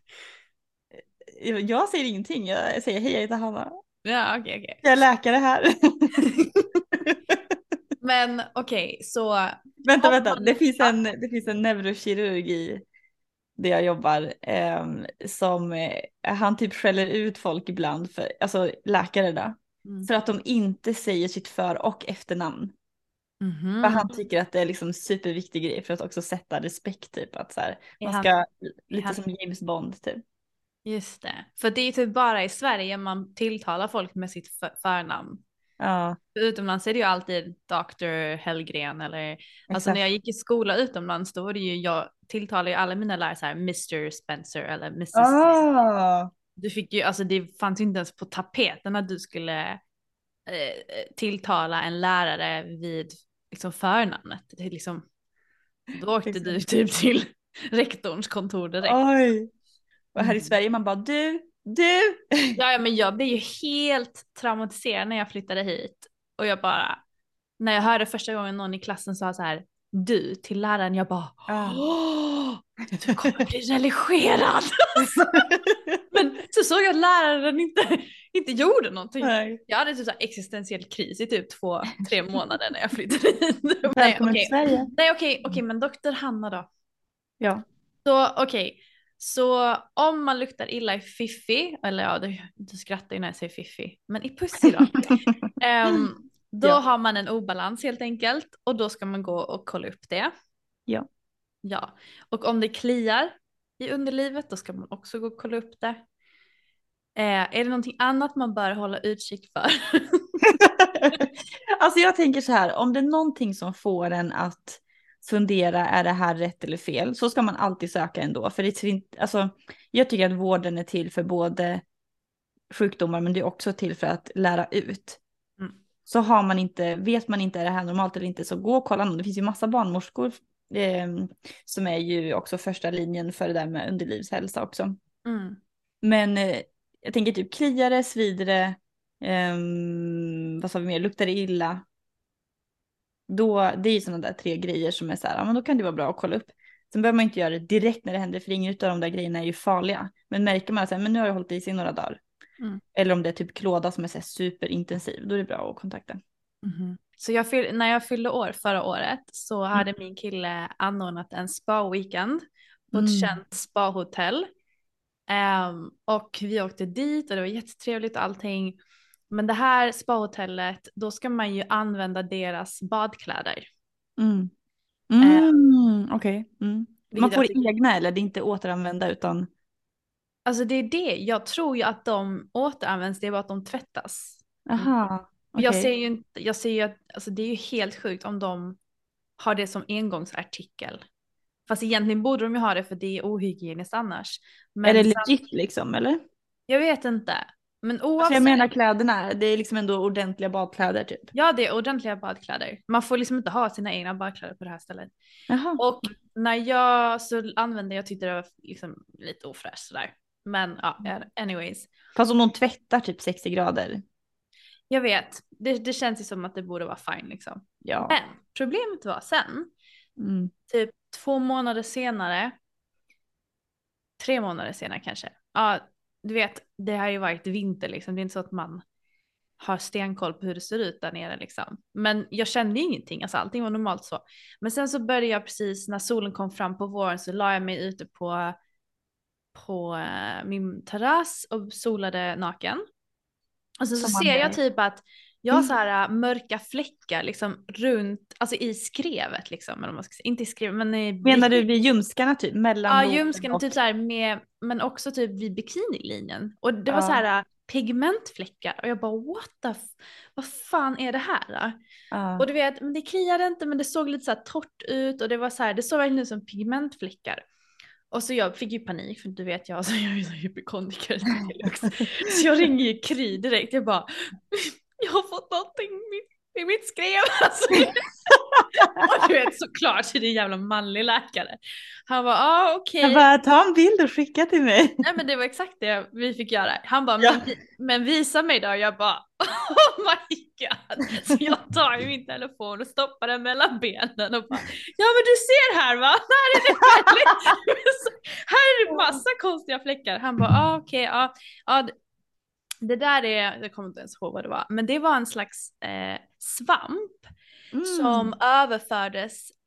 Jag säger ingenting. Jag säger hej, jag heter Hanna. Ja, okej. Jag är läkare här. Men okej, så Vänta. Det finns en neurokirurg i där jag jobbar som han typ skäller ut folk ibland, för, alltså läkare då, för att de inte säger sitt för- och efternamn. För han tycker att det är liksom superviktig grej för att också sätta respekt, typ att så här, man ska lite som James Bond typ. Just det, för det är typ bara i Sverige man tilltalar folk med sitt förnamn. Ja. Utomlands är det ju alltid Dr. Hellgren eller alltså när jag gick i skola utomlands då var det ju, jag tilltalade ju alla mina lärare så här Mr. Spencer eller Mrs. Smith. Du fick ju, alltså det fanns ju inte ens på tapeten att du skulle tilltala en lärare vid liksom förnamnet. Det är liksom, då åkte du typ till rektorns kontor direkt. Oj. Och här i Sverige man bara du. Ja, men jag blev ju helt traumatiserad när jag flyttade hit. Och jag bara, när jag hörde första gången någon i klassen sa så här, du till läraren, jag bara, du kommer bli religerad. Men så såg jag att läraren inte gjorde någonting. Nej. Jag hade typ så här existentiell kris i typ 2-3 månader när jag flyttade hit. Välkommen till Sverige. Nej, okej, men doktor Hanna då? Ja. Så okej. Så om man luktar illa i fiffi, eller ja, du skrattar ju när jag säger fiffi, men i pussy då. Då har man en obalans helt enkelt och då ska man gå och kolla upp det. Ja. Och om det kliar i underlivet då ska man också gå och kolla upp det. Är det någonting annat man bör hålla utkik för? Alltså jag tänker så här, om det är någonting som får en att fundera, är det här rätt eller fel, så ska man alltid söka ändå. För det är inte, alltså, jag tycker att vården är till för både sjukdomar, men det är också till för att lära ut. Så vet man inte är det här normalt eller inte, så gå och kolla. Det finns ju massa barnmorskor som är ju också första linjen för det där med underlivshälsa också. Men jag tänker typ kliare, svidare, vad sa vi mer, luktar det illa. Då, det är ju sådana där 3 grejer som är så här, ja, men då kan det vara bra att kolla upp. Sen behöver man inte göra det direkt när det händer, för ingen av de där grejerna är ju farliga. Men märker man att men nu har jag hållit i sig några dagar. Eller om det är typ klåda som är så här superintensiv, då är det bra att kontakta. Så när jag fyllde år förra året så hade min kille anordnat en spa-weekend på ett känt spa-hotell. Och vi åkte dit och det var jättetrevligt och allting. Men det här spa-hotellet, då ska man ju använda deras badkläder. Okej. Man får egna, eller det är inte återanvända utan... Alltså det är det, jag tror ju att de återanvänds, det är bara att de tvättas. Aha, okay. Jag ser ju att alltså det är ju helt sjukt om de har det som engångsartikel. Fast egentligen borde de ju ha det för det är ohygieniskt annars. Men är det legit liksom, eller? Jag vet inte. Men oavsett... Alltså jag menar kläderna, det är liksom ändå ordentliga badkläder typ. Ja, det är ordentliga badkläder. Man får liksom inte ha sina egna badkläder på det här stället. Aha. Och när jag så använde, jag tyckte det var liksom lite ofräscht sådär. Men ja, anyways. Fast om de tvättar typ 60 grader. Jag vet, det känns ju som att det borde vara fine liksom. Ja. Men problemet var sen, typ 2 månader senare, 3 månader senare kanske. Ja, du vet, det har ju varit vinter liksom. Det är inte så att man har stenkoll på hur det ser ut där nere liksom. Men jag kände ingenting, alltså allting var normalt så. Men sen så började jag precis, när solen kom fram på våren så la jag mig ute på min terrass och solade naken. Och så ser jag typ att jag har så här mörka fläckar liksom runt, alltså i skrevet liksom, eller man ska säga. Inte i skrevet, men menar du vid ljumskarna typ? Mellan ljumskarna typ så här men också typ vid bikinilinjen. Och det var så här pigmentfläckar och jag bara vad fan är det här? Och du vet, men det kliade inte, men det såg lite så här torrt ut och det var så här, det såg verkligen ut som pigmentfläckar. Och så jag fick ju panik, för du vet jag är ju så hypokondriker. Så jag ringer ju Kry direkt. Jag bara, jag har fått någonting i mitt skrev. Alltså. Och du vet, såklart så är det en jävla manlig läkare. Han bara, okej. Jag bara, ta en bild och skicka till mig. Nej men det var exakt det vi fick göra. Han bara, men visa mig då. Jag bara, oh my god. Så jag tar ju min telefon och stoppar den mellan benen och bara, ja men du ser här va? Här är det här är det massa konstiga fläckar. Han bara, okej. Det där är, jag kommer inte ens ihåg vad det var. Men det var en slags svamp som överfördes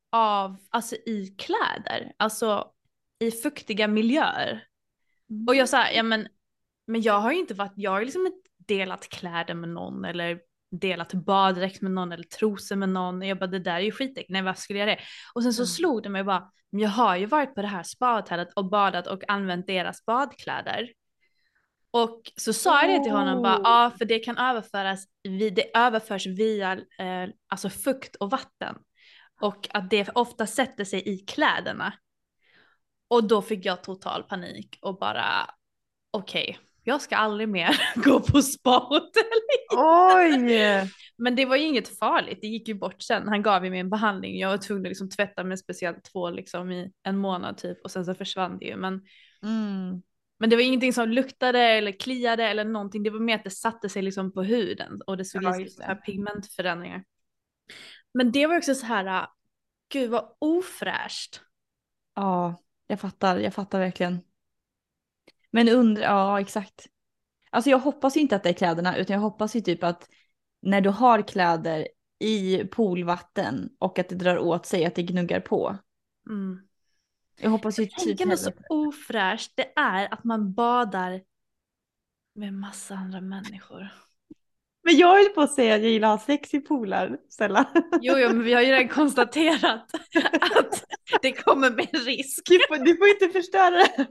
alltså i kläder, alltså i fuktiga miljöer. Och jag sa, ja men jag har ju inte varit, jag har liksom inte delat kläder med någon eller delat baddräkt med någon eller trosor med någon. Och jag bara, det där är ju skitäckligt, nej vad skulle jag det? Och sen så slog det mig bara, men jag har ju varit på det här spahotellet och badat och använt deras badkläder. Och så sa jag det till honom bara, ja för det kan överföras, det överförs via alltså fukt och vatten. Och att det ofta sätter sig i kläderna. Och då fick jag total panik och bara, okej, jag ska aldrig mer gå på spahotell. Oj! Men det var ju inget farligt, det gick ju bort sen. Han gav mig en behandling, jag var tvungen att liksom tvätta med speciellt tvål liksom i en månad typ. Och sen så försvann det ju. Men det var ingenting som luktade eller kliade eller någonting. Det var mer att det satte sig liksom på huden. Och det såg ut som pigmentförändringar. Men det var också så här, gud vad ofräscht. Ja, jag fattar verkligen. Men ja exakt. Alltså jag hoppas ju inte att det är kläderna, utan jag hoppas ju typ att när du har kläder i poolvatten och att det drar åt sig, att det gnuggar på. Jag hoppas ju typ tänker så ofräscht det är att man badar med massa andra människor. Men jag höll på att säga att jag gillar att ha sex i poolar, Stella. Jo, men vi har ju redan konstaterat att det kommer med risk. Du får inte förstöra det.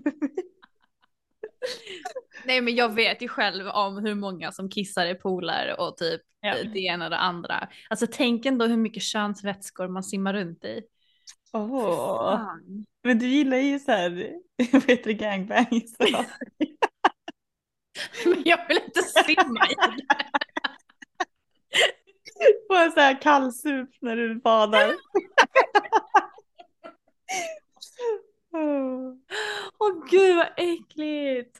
Nej, men jag vet ju själv om hur många som kissar i poolar och typ det ena och det andra. Alltså tänk ändå hur mycket könsvätskor man simmar runt i. Men du gillar ju så här, vad heter det, gangbang. Så. Men jag vill inte simma i det. Få en så här kallsup när du badar. Åh gud vad äckligt.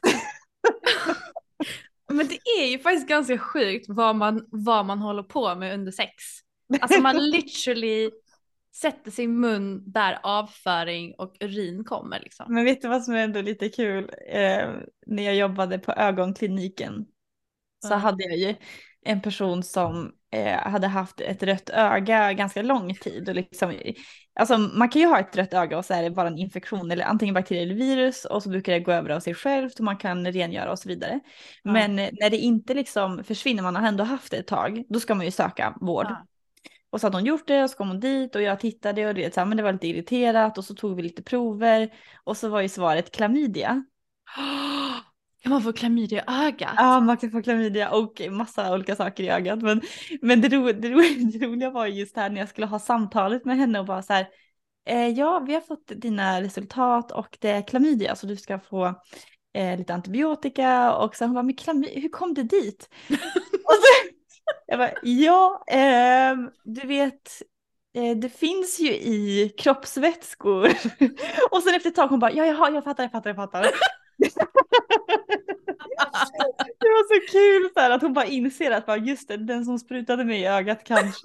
Men det är ju faktiskt ganska sjukt vad man håller på med under sex. Alltså man literally sätter sin mun där avföring och urin kommer liksom. Men vet du vad som är ändå lite kul? När jag jobbade på ögonkliniken så hade jag ju en person som hade haft ett rött öga ganska lång tid. Och liksom, alltså man kan ju ha ett rött öga och så är det bara en infektion eller antingen bakterie eller virus och så brukar det gå över av sig självt och man kan rengöra och så vidare. Men när det inte liksom försvinner, man har ändå haft det ett tag, då ska man ju söka vård. Och så hade hon gjort det och så kom hon dit och jag tittade och det var lite irriterat och så tog vi lite prover och så var ju svaret klamydia. Kan man få klamydia i ögat? Ja, man kan få klamydia och massa olika saker i ögat. Men det roliga var just här när jag skulle ha samtalet med henne och bara så här, ja, vi har fått dina resultat och det är klamydia så du ska få lite antibiotika och sen hon bara, men klamydia, hur kom det dit? Och så, jag bara, ja, du vet, det finns ju i kroppsvätskor. Och sen efter ett tag hon bara, ja, jag fattar. Det var så kul så här, att hon bara inser att bara, just det, den som sprutade mig i ögat kanske.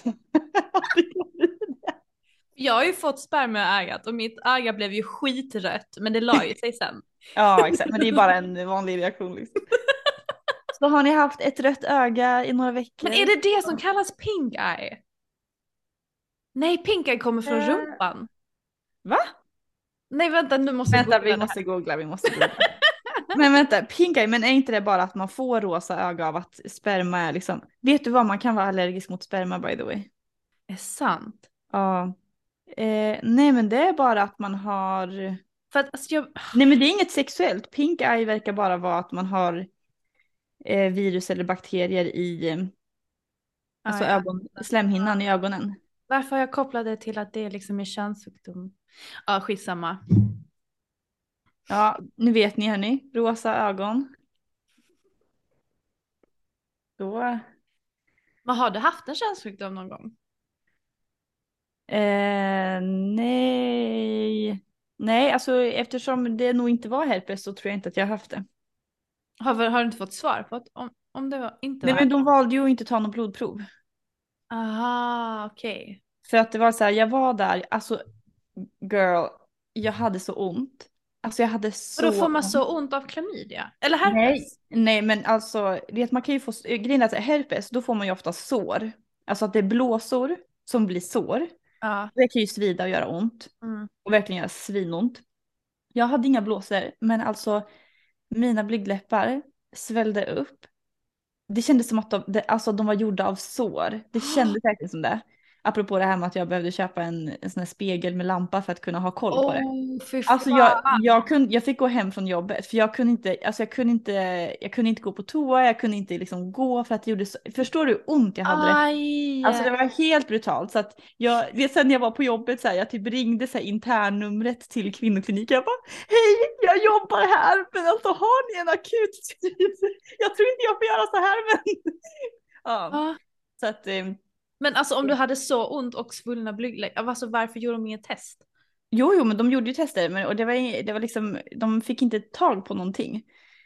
Jag har ju fått sperma i ögat och mitt öga blev ju skitrött men det la ju sig sen. Ja exakt, men det är bara en vanlig reaktion liksom. Så har ni haft ett rött öga i några veckor? Men är det som kallas pink eye? Nej, pink eye kommer från rumpan. Va? Nej vänta, nu måste vi måste googla. Men vänta, pink eye, men är inte det bara att man får rosa öga av att sperma är liksom... Vet du vad, man kan vara allergisk mot sperma by the way. Är sant? Ja. Nej men det är bara att man har... För att, alltså, Nej men det är inget sexuellt. Pink eye verkar bara vara att man har virus eller bakterier i alltså slemhinnan i ögonen. Varför har jag kopplat det till att det är liksom en könssjukdom? Ja, skitsamma. Ja, nu vet ni hörni. Rosa ögon. Då. Men har du haft en könssjukdom någon gång? Nej. Nej, alltså eftersom det nog inte var herpes så tror jag inte att jag har haft det. Har du inte fått svar på att om det var inte var? Nej, men de valde ju inte ta något blodprov. Aha, okej. Okay. För att det var så här, jag var där, alltså girl, jag hade så ont. Alltså jag hade så... Och då får man så ont av klamydia? Eller herpes? Nej men alltså, vet, man kan ju få, grejen är att herpes, då får man ju ofta sår. Alltså att det är blåsor som blir sår. Ja. Det kan ju svida och göra ont. Och verkligen göra svinont. Jag hade inga blåsor, men alltså mina blygdläppar svällde upp. Det kändes som att de var gjorda av sår. Det kändes verkligen som det. Apropå det här med att jag behövde köpa en sån här spegel med lampa för att kunna ha koll på det. Fy Alltså fan. jag fick gå hem från jobbet för jag kunde inte gå på toa, jag kunde inte liksom gå för att det gjorde så, förstår du hur ont jag hade det? Aj. Alltså det var helt brutalt så att sen när jag var på jobbet så här, jag typ ringde så här internnumret till kvinnokliniken. Jag bara, hej, jag jobbar här men alltså har ni en akut jag tror inte jag får göra så här men ja. Så att men alltså om du hade så ont och svullna blygdläppar, alltså varför gjorde de inget test? Jo, men de gjorde ju tester och det var liksom, de fick inte tag på någonting.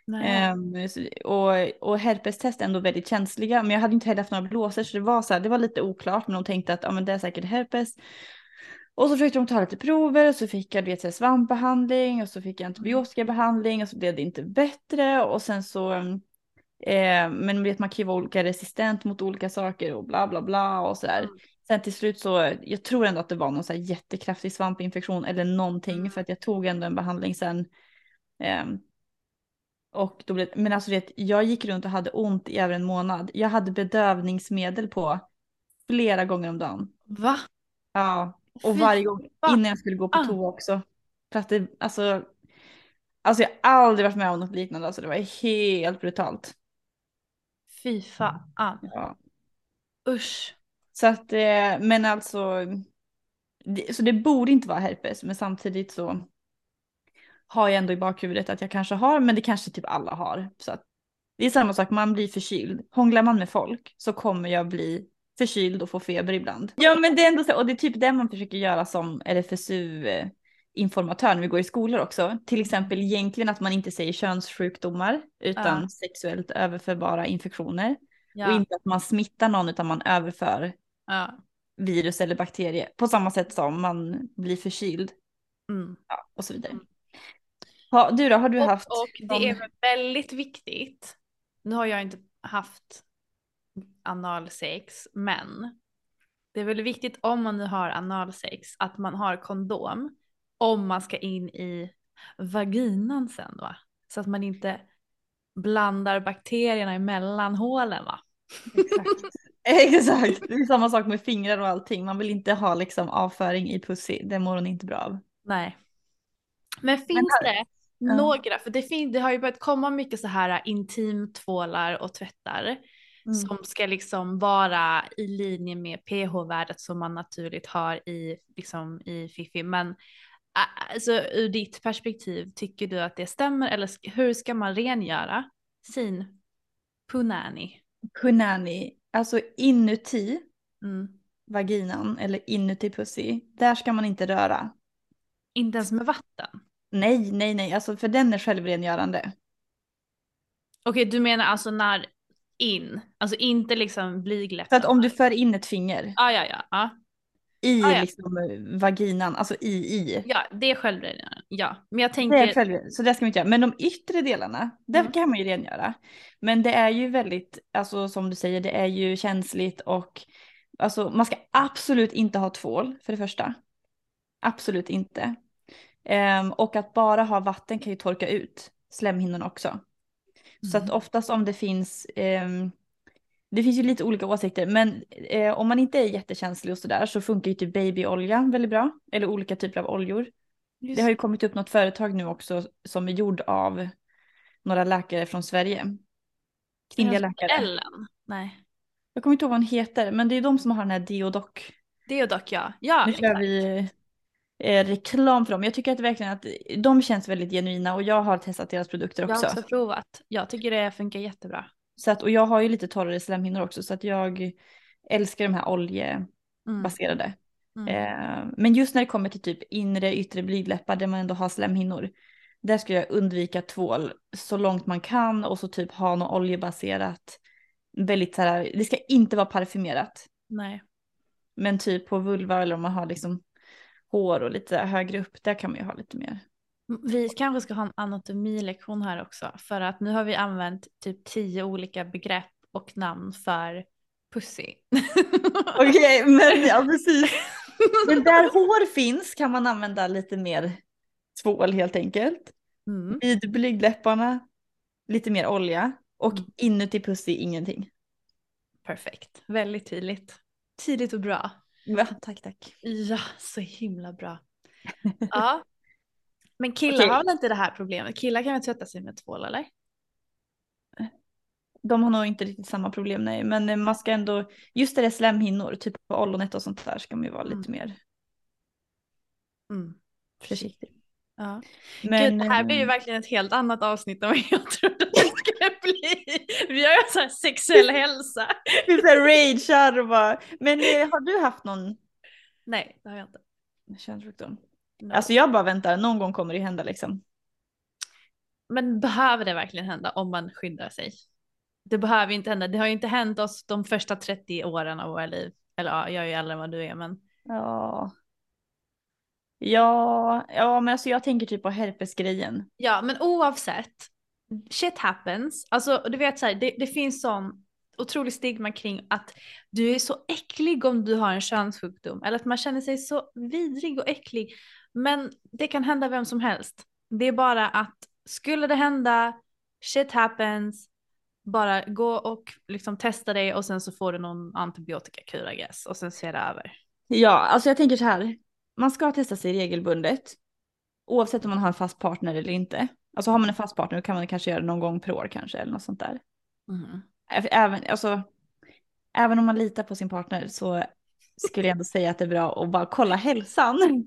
Och herpestest är ändå väldigt känsliga, men jag hade inte heller haft några blåsor så det var så här, det var lite oklart, men de tänkte att men det är säkert herpes. Och så försökte de ta lite prover och så fick jag svampbehandling och så fick jag antibiotikabehandling och så blev det inte bättre och sen så men vet man kan ju vara olika resistent mot olika saker och bla bla bla och sådär. Sen till slut så, jag tror ändå att det var någon så här jättekraftig svampinfektion eller någonting för att jag tog ändå en behandling sen. Och då men alltså jag gick runt och hade ont i över en månad. Jag hade bedövningsmedel på flera gånger om dagen. Va? Ja, och varje gång innan jag skulle gå på toa också. För att det, alltså jag har aldrig varit med om något liknande, alltså det var helt brutalt. Fy fan. Ja. Usch. Så att, men alltså, så det borde inte vara herpes, men samtidigt så har jag ändå i bakhuvudet att jag kanske har, men det kanske typ alla har. Så att det är samma sak, man blir förkyld. Hånglar man med folk så kommer jag bli förkyld och få feber ibland. Ja, men det är ändå så, och det är typ det man försöker göra som RFSU-informatör när vi går i skolor också. Till exempel egentligen att man inte säger könssjukdomar utan sexuellt överförbara infektioner. Och inte att man smittar någon utan man överför virus eller bakterier. På samma sätt som man blir förkyld. Ja, och så vidare. Ja, du då, har du haft? Och det är väldigt viktigt. Nu har jag inte haft analsex, men det är väldigt viktigt om man nu har analsex att man har kondom om man ska in i vaginan sen va? Så att man inte blandar bakterierna i mellanhålen va? Exakt. Det är samma sak med fingrar och allting. Man vill inte ha liksom avföring i pussy. Det mår hon inte bra av. Nej. Men finns det några, för det har ju börjat komma mycket så här intimtvålar och tvättar som ska liksom vara i linje med pH-värdet som man naturligt har i Fifi. Men alltså ur ditt perspektiv, tycker du att det stämmer eller hur ska man rengöra sin punani? Punani, alltså inuti vaginan eller inuti pussy, där ska man inte röra. Inte ens med vatten? Nej, alltså för den är självrengörande. Okej, du menar alltså när alltså inte liksom blygläppen. Så att om du för in ett finger. Ja. Liksom vaginan, alltså i. Ja, det är självrengörande. Ja, men jag tänker. Så det ska man inte göra. Men de yttre delarna, där kan man ju rengöra. Men det är ju väldigt, alltså som du säger, det är ju känsligt och alltså man ska absolut inte ha tvål för det första. Absolut inte. Och att bara ha vatten kan ju torka ut slemhinnorna också. Så att oftast om det finns ju lite olika åsikter, men om man inte är jättekänslig och sådär så funkar ju typ babyolja väldigt bra. Eller olika typer av oljor. Det har ju kommit upp något företag nu också som är gjord av några läkare från Sverige. Kvinnliga läkare. Ellen? Nej. Jag kommer inte ihåg vad hon heter, men det är de som har den här Deodoc. Deodoc, ja. Ja, nu kör vi reklam för dem. Jag tycker att verkligen att de känns väldigt genuina och jag har testat deras produkter också. Jag har också provat. Jag tycker det funkar jättebra. Så att, och jag har ju lite torrare slemhinnor också så att jag älskar de här oljebaserade. Men just när det kommer till typ inre yttre blygdläppar där man ändå har slemhinnor. Där ska jag undvika tvål så långt man kan och så typ ha något oljebaserat. Väldigt så här, det ska inte vara parfymerat. Nej. Men typ på vulva eller om man har liksom hår och lite högre upp, där kan man ju ha lite mer. Vi kanske ska ha en anatomilektion här också. För att nu har vi använt typ 10 olika begrepp och namn för pussy. Okej, men ja precis. Men där hår finns kan man använda lite mer tvål helt enkelt. Vid blygdläpparna lite mer olja. Och inuti pussy ingenting. Perfekt. Väldigt tydligt. Tydligt och bra. Ja, tack. Ja, så himla bra. Ja. Men killar har väl inte det här problemet? Killar kan väl tvätta sig med tvål, eller? De har nog inte riktigt samma problem, nej. Men man ska ändå, just det slemhinnor, typ på ollonet och sånt där ska man ju vara lite mer försiktig. Ja. Men Gud, det här blir ju verkligen ett helt annat avsnitt än vad jag trodde det skulle bli. Vi har ju så här sexuell hälsa. Vi så ragear och bara. Men har du haft någon? Nej, det har jag inte. Könssjukdom? No. Alltså jag bara väntar, någon gång kommer det hända liksom. Men behöver det verkligen hända om man skyndar sig? Det behöver inte hända. Det har ju inte hänt oss de första 30 åren av våra liv. Eller ja, jag är ju äldre än vad du är, men. Ja, men alltså jag tänker typ på herpesgrejen. Ja, men oavsett. Shit happens. Alltså du vet så här, det finns sån otrolig stigma kring att du är så äcklig om du har en könssjukdom. Eller att man känner sig så vidrig och äcklig. Men det kan hända vem som helst. Det är bara att skulle det hända, shit happens. Bara gå och liksom testa dig och sen så får du någon antibiotikakur I guess. Och sen ser det över. Ja, alltså jag tänker så här. Man ska testa sig regelbundet. Oavsett om man har en fast partner eller inte. Alltså har man en fast partner kan man kanske göra det någon gång per år kanske. Eller något sånt där. Även om man litar på sin partner så skulle jag ändå säga att det är bra att bara kolla hälsan.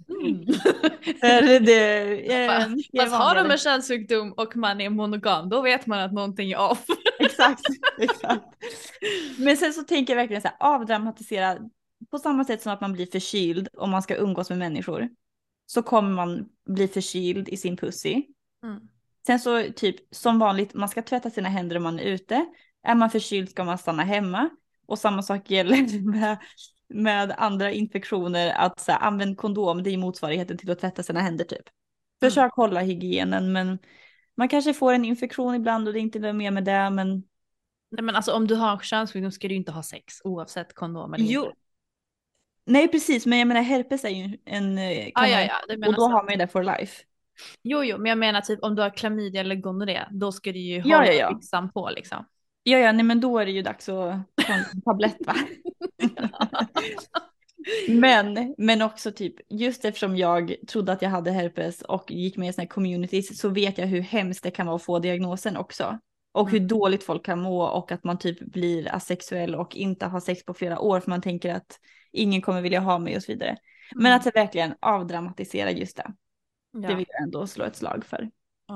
Fast har de en könssjukdom och man är monogam, då vet man att någonting är off. Exakt. Men sen så tänker jag verkligen så här, avdramatisera på samma sätt som att man blir förkyld om man ska umgås med människor. Så kommer man bli förkyld i sin pussy. Sen så typ som vanligt, man ska tvätta sina händer om man är ute. Är man förkyld ska man stanna hemma. Och samma sak gäller med andra infektioner. Att så här, använd kondom, det är motsvarigheten till att tvätta sina händer typ. Försök hålla hygienen, men man kanske får en infektion ibland och det är inte mer med det. Men... Nej, men alltså om du har könssjukdom ska du inte ha sex oavsett kondom eller inte. Nej precis, men jag menar herpes är ju en och då har man ju det for life. Jo, men jag menar typ om du har klamydia eller gonorré, då ska du ju hålla yxan på liksom. Ja, nej men då är det ju dags att ta en tablett va? men också typ, just eftersom jag trodde att jag hade herpes och gick med i såna här communities så vet jag hur hemskt det kan vara att få diagnosen också. Och hur dåligt folk kan må och att man typ blir asexuell och inte har sex på flera år för man tänker att ingen kommer vilja ha mig och så vidare. Men att det verkligen avdramatisera just det. Det vill jag ändå slå ett slag för.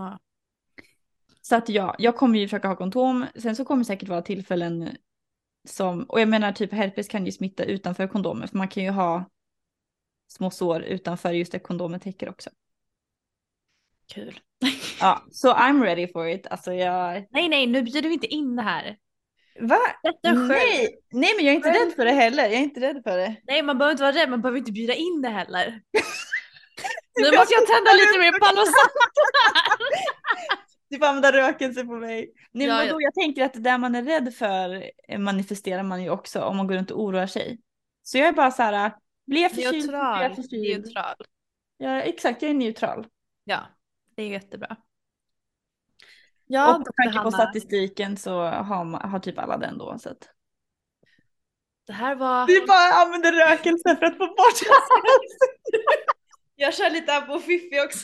Så att jag kommer ju försöka ha kondom. Sen så kommer det säkert vara tillfällen som, och jag menar typ herpes kan ju smitta utanför kondomen. För man kan ju ha små sår utanför just det kondomen täcker också. Kul. Ja, så I'm ready for it. Alltså Nej, nu bjuder vi inte in det här. Va? Nej, men jag är inte rädd för det heller. Jag är inte rädd för det. Nej, man behöver inte vara rädd. Man behöver inte bjuda in det heller. Nu måste jag tända lite mer Palo Santo här. Du får använda rökelse på mig. Nej, men då, jag tänker att det där man är rädd för manifesterar man ju också om man går runt och oroar sig. Så jag är bara så här, blir jag förkyld? Neutral. Ja, exakt, jag är neutral. Ja, det är jättebra. Ja, och med tanke på statistiken så har typ alla den då. Så att... Det här var... Du bara använder rökelse för att få bort det. Jag kör lite här på Fiffi också.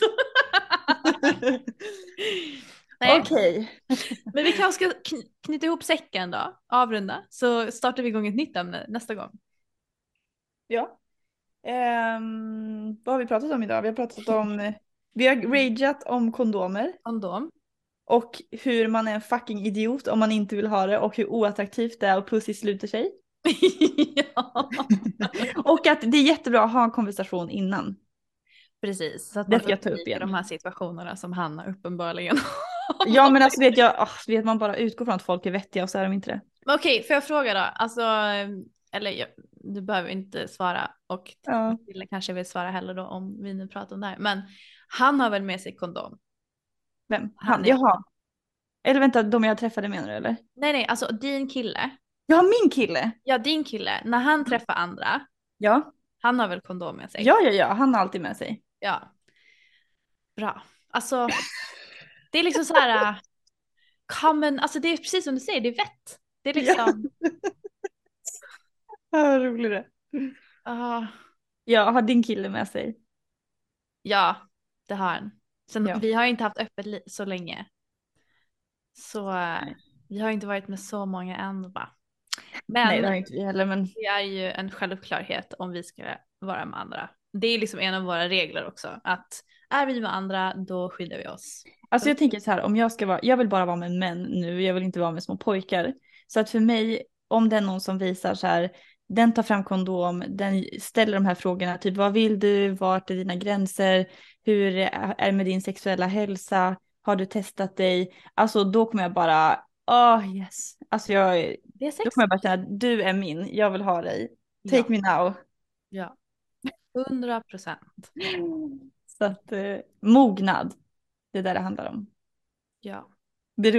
Okej. Men vi kanske ska knyta ihop säcken då, avrunda. Så startar vi igång ett nytt ämne nästa gång. Ja. Vad har vi pratat om idag? Vi har rageat om kondomer. Kondom. Och hur man är en fucking idiot om man inte vill ha det. Och hur oattraktivt det är och pussy sluter sig. Ja. Och att det är jättebra att ha en konversation innan. Precis, så att man får ta upp igen de här situationerna som Hanna uppenbarligen. Ja, men alltså vet man bara utgår från att folk är vettiga och så är de inte det. Men okej, får jag fråga då? Alltså, du behöver inte svara och Ville kanske vill svara heller då om vi nu pratar om det här. Men han har väl med sig kondom? Vem? Han? Jaha. Eller vänta, de jag träffade menar du eller? Nej, alltså din kille. Ja, min kille. Ja, din kille. När han träffar andra. Ja. Han har väl kondom med sig? Ja, han har alltid med sig. Ja. Bra. Alltså, det är liksom så här, alltså det är precis som du säger, det är vett. Det är liksom... Ja, vad roligt det. Ja, har din kille med sig? Ja, det har han. Sen, vi har inte haft öppet så länge. Så vi har inte varit med så många än va. Men nej, det har inte vi heller. Men det är ju en självklarhet om vi ska vara med andra. Det är liksom en av våra regler också. Att är vi med andra, då skyddar vi oss. alltså jag tänker så här, om jag vill bara vara med män nu, jag vill inte vara med små pojkar. Så att för mig, om det är någon som visar så här, den tar fram kondom, den ställer de här frågorna, typ vad vill du, vart är dina gränser, hur är det med din sexuella hälsa, har du testat dig, alltså då kommer jag bara, yes, alltså då kommer jag bara känna att du är min, jag vill ha dig, take me now. Ja, 100%. Så att mognad, det är där det handlar om. Ja. Det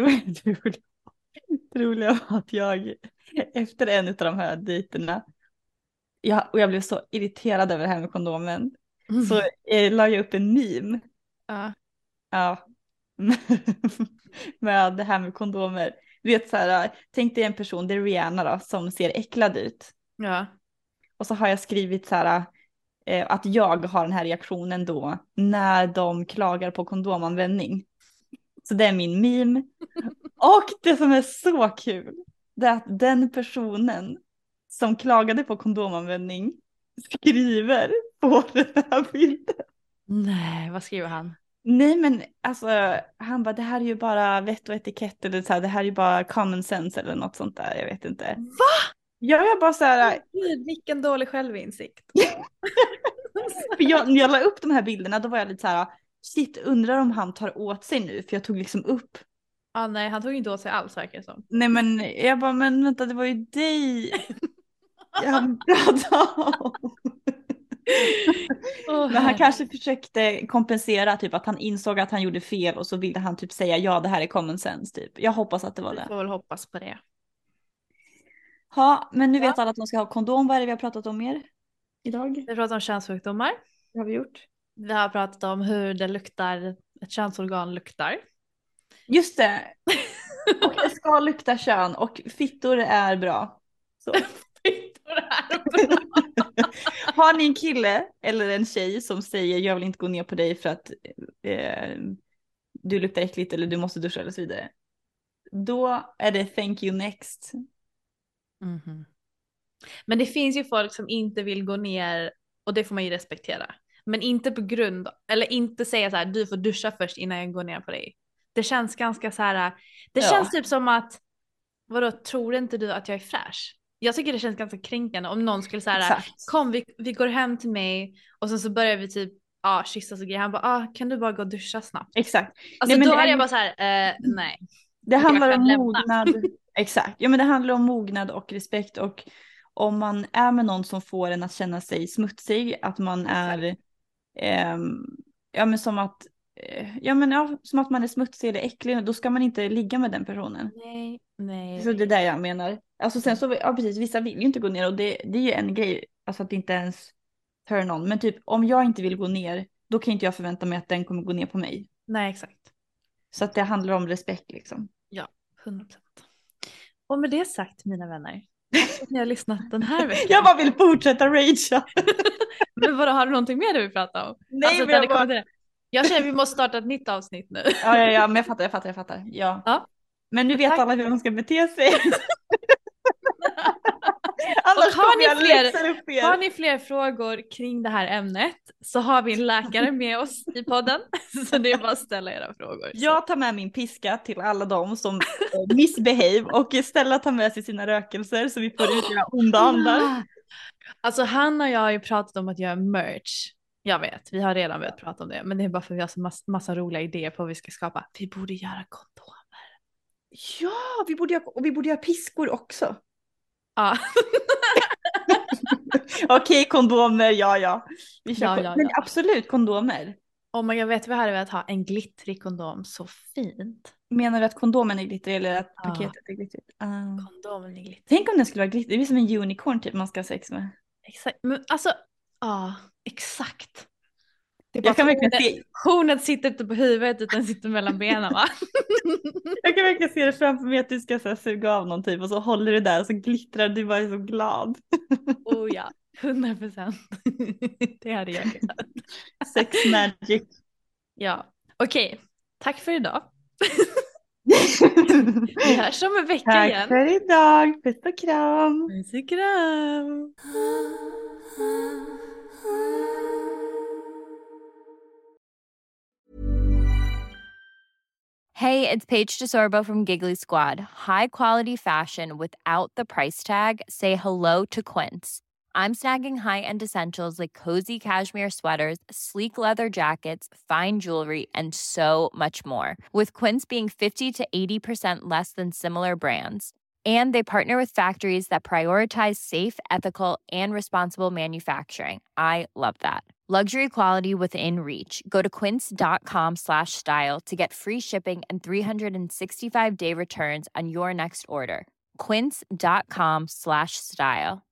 roliga var att jag efter en av de här dejterna och jag blev så irriterad över det här med kondomen så la jag upp en meme. Ja. Med det här med kondomer. Du vet så här, tänk dig en person, det är Rihanna då, som ser äcklad ut. Ja. Och så har jag skrivit så här att jag har den här reaktionen då när de klagar på kondomanvändning. Så det är min meme. Och det som är så kul, det är att den personen som klagade på kondomanvändning skriver på den här bilden. Nej, vad skriver han? Nej men alltså han bara, det här är ju bara vett och etikett eller så här, det här är ju bara common sense eller något sånt där, jag vet inte. Va? Jag bara så här. Gud, vilken dålig självinsikt. När jag la upp de här bilderna då var jag lite så här, shit, undrar om han tar åt sig nu, för jag tog liksom upp. Nej, han tog inte åt sig alls verkar som. Nej men jag bara, men vänta, det var ju dig jag pratade om. Men han kanske försökte kompensera, typ att han insåg att han gjorde fel och så ville han typ säga ja, det här är common sense typ. Jag hoppas att det var det. Vi får väl hoppas på det. Ja, men nu vet alla att de ska ha kondom. Vad är det vi har pratat om mer idag? Vi har pratat om könssjukdomar. Det har vi gjort. Vi har pratat om hur det luktar, ett könsorgan luktar. Just det. Och det ska lukta kön och fittor är bra. Så. Fittor är bra. Har ni en kille eller en tjej som säger jag vill inte gå ner på dig för att du luktar äckligt eller du måste duscha eller så vidare. Då är det thank you next. Mm-hmm. Men det finns ju folk som inte vill gå ner och det får man ju respektera. Men inte på grund, eller inte säga så här, du får duscha först innan jag går ner på dig. Det känns ganska så här, det känns typ som att, vadå, tror inte du att jag är fräsch? Jag tycker det känns ganska kränkande om någon skulle säga kom vi går hem till mig och sen så börjar vi typ kyssas och grejer. Han bara, kan du bara gå och duscha snabbt? Exakt. Alltså nej, då är jag bara så här, nej. Det handlar om mognad. Exakt. Ja men det handlar om mognad och respekt och om man är med någon som får en att känna sig smutsig, att man är som att som att man är smutsig eller äcklig, då ska man inte ligga med den personen. Nej. Så det är det jag menar. Alltså sen så, precis, vissa vill ju inte gå ner och det är ju en grej, alltså att det inte ens turn on. Men typ om jag inte vill gå ner, då kan inte jag förvänta mig att den kommer gå ner på mig. Nej, exakt. Så att det handlar om respekt liksom. Ja, 100%. Och med det sagt, mina vänner, att ni har lyssnat den här veckan. Jag bara vill fortsätta ragea. Men vadå, har du någonting mer du vill prata om? Nej, alltså, jag känner att vi måste starta ett nytt avsnitt nu. Ja, men jag fattar. Ja. Men nu vet alla hur de ska bete sig. Annars har ni fler frågor kring det här ämnet så har vi en läkare med oss i podden. Så det är bara att ställa era frågor. Jag tar med min piska till alla de som misbehave och istället tar med sig sina rökelser så vi får ut era onda andar. Alltså han och jag har ju pratat om att göra merch. Jag vet, vi har redan börjat prata om det. Men det är bara för att vi har så massa roliga idéer på vad vi ska skapa. Vi borde göra kondomer. Ja, vi borde göra piskor också. Ja. Okej, kondomer, ja. Vi kör ja. Men absolut, kondomer. Jag vet vi hade velat ha en glittrig kondom, så fint. Menar du att kondomen är glittrig eller att paketet är glittrigt? Kondomen är glittrig. Tänk om den skulle vara glittrig, det är som en unicorn typ man ska ha sex med. Exakt. Men alltså, ja, exakt. Det är Jag kan bara verkligen se... hornet sitter inte på huvudet utan sitter mellan benen, va? Jag kan verkligen se det framför mig att du ska så här, suga av någon typ och så håller du där och så glittrar du bara är så glad. Oh ja, 100%. Det hade jag kunnat. Sex magic. Ja, okej. Tack för idag. Vi hörs om en vecka Tack igen. för idag. Puss och kram. Puss och kram. Hey, it's Paige DeSorbo from Giggly Squad. High quality fashion without the price tag. Say hello to Quince. I'm snagging high-end essentials like cozy cashmere sweaters, sleek leather jackets, fine jewelry, and so much more. With Quince being 50 to 80% less than similar brands. And they partner with factories that prioritize safe, ethical, and responsible manufacturing. I love that. Luxury quality within reach. Go to quince.com/style to get free shipping and 365-day returns on your next order. Quince.com/style.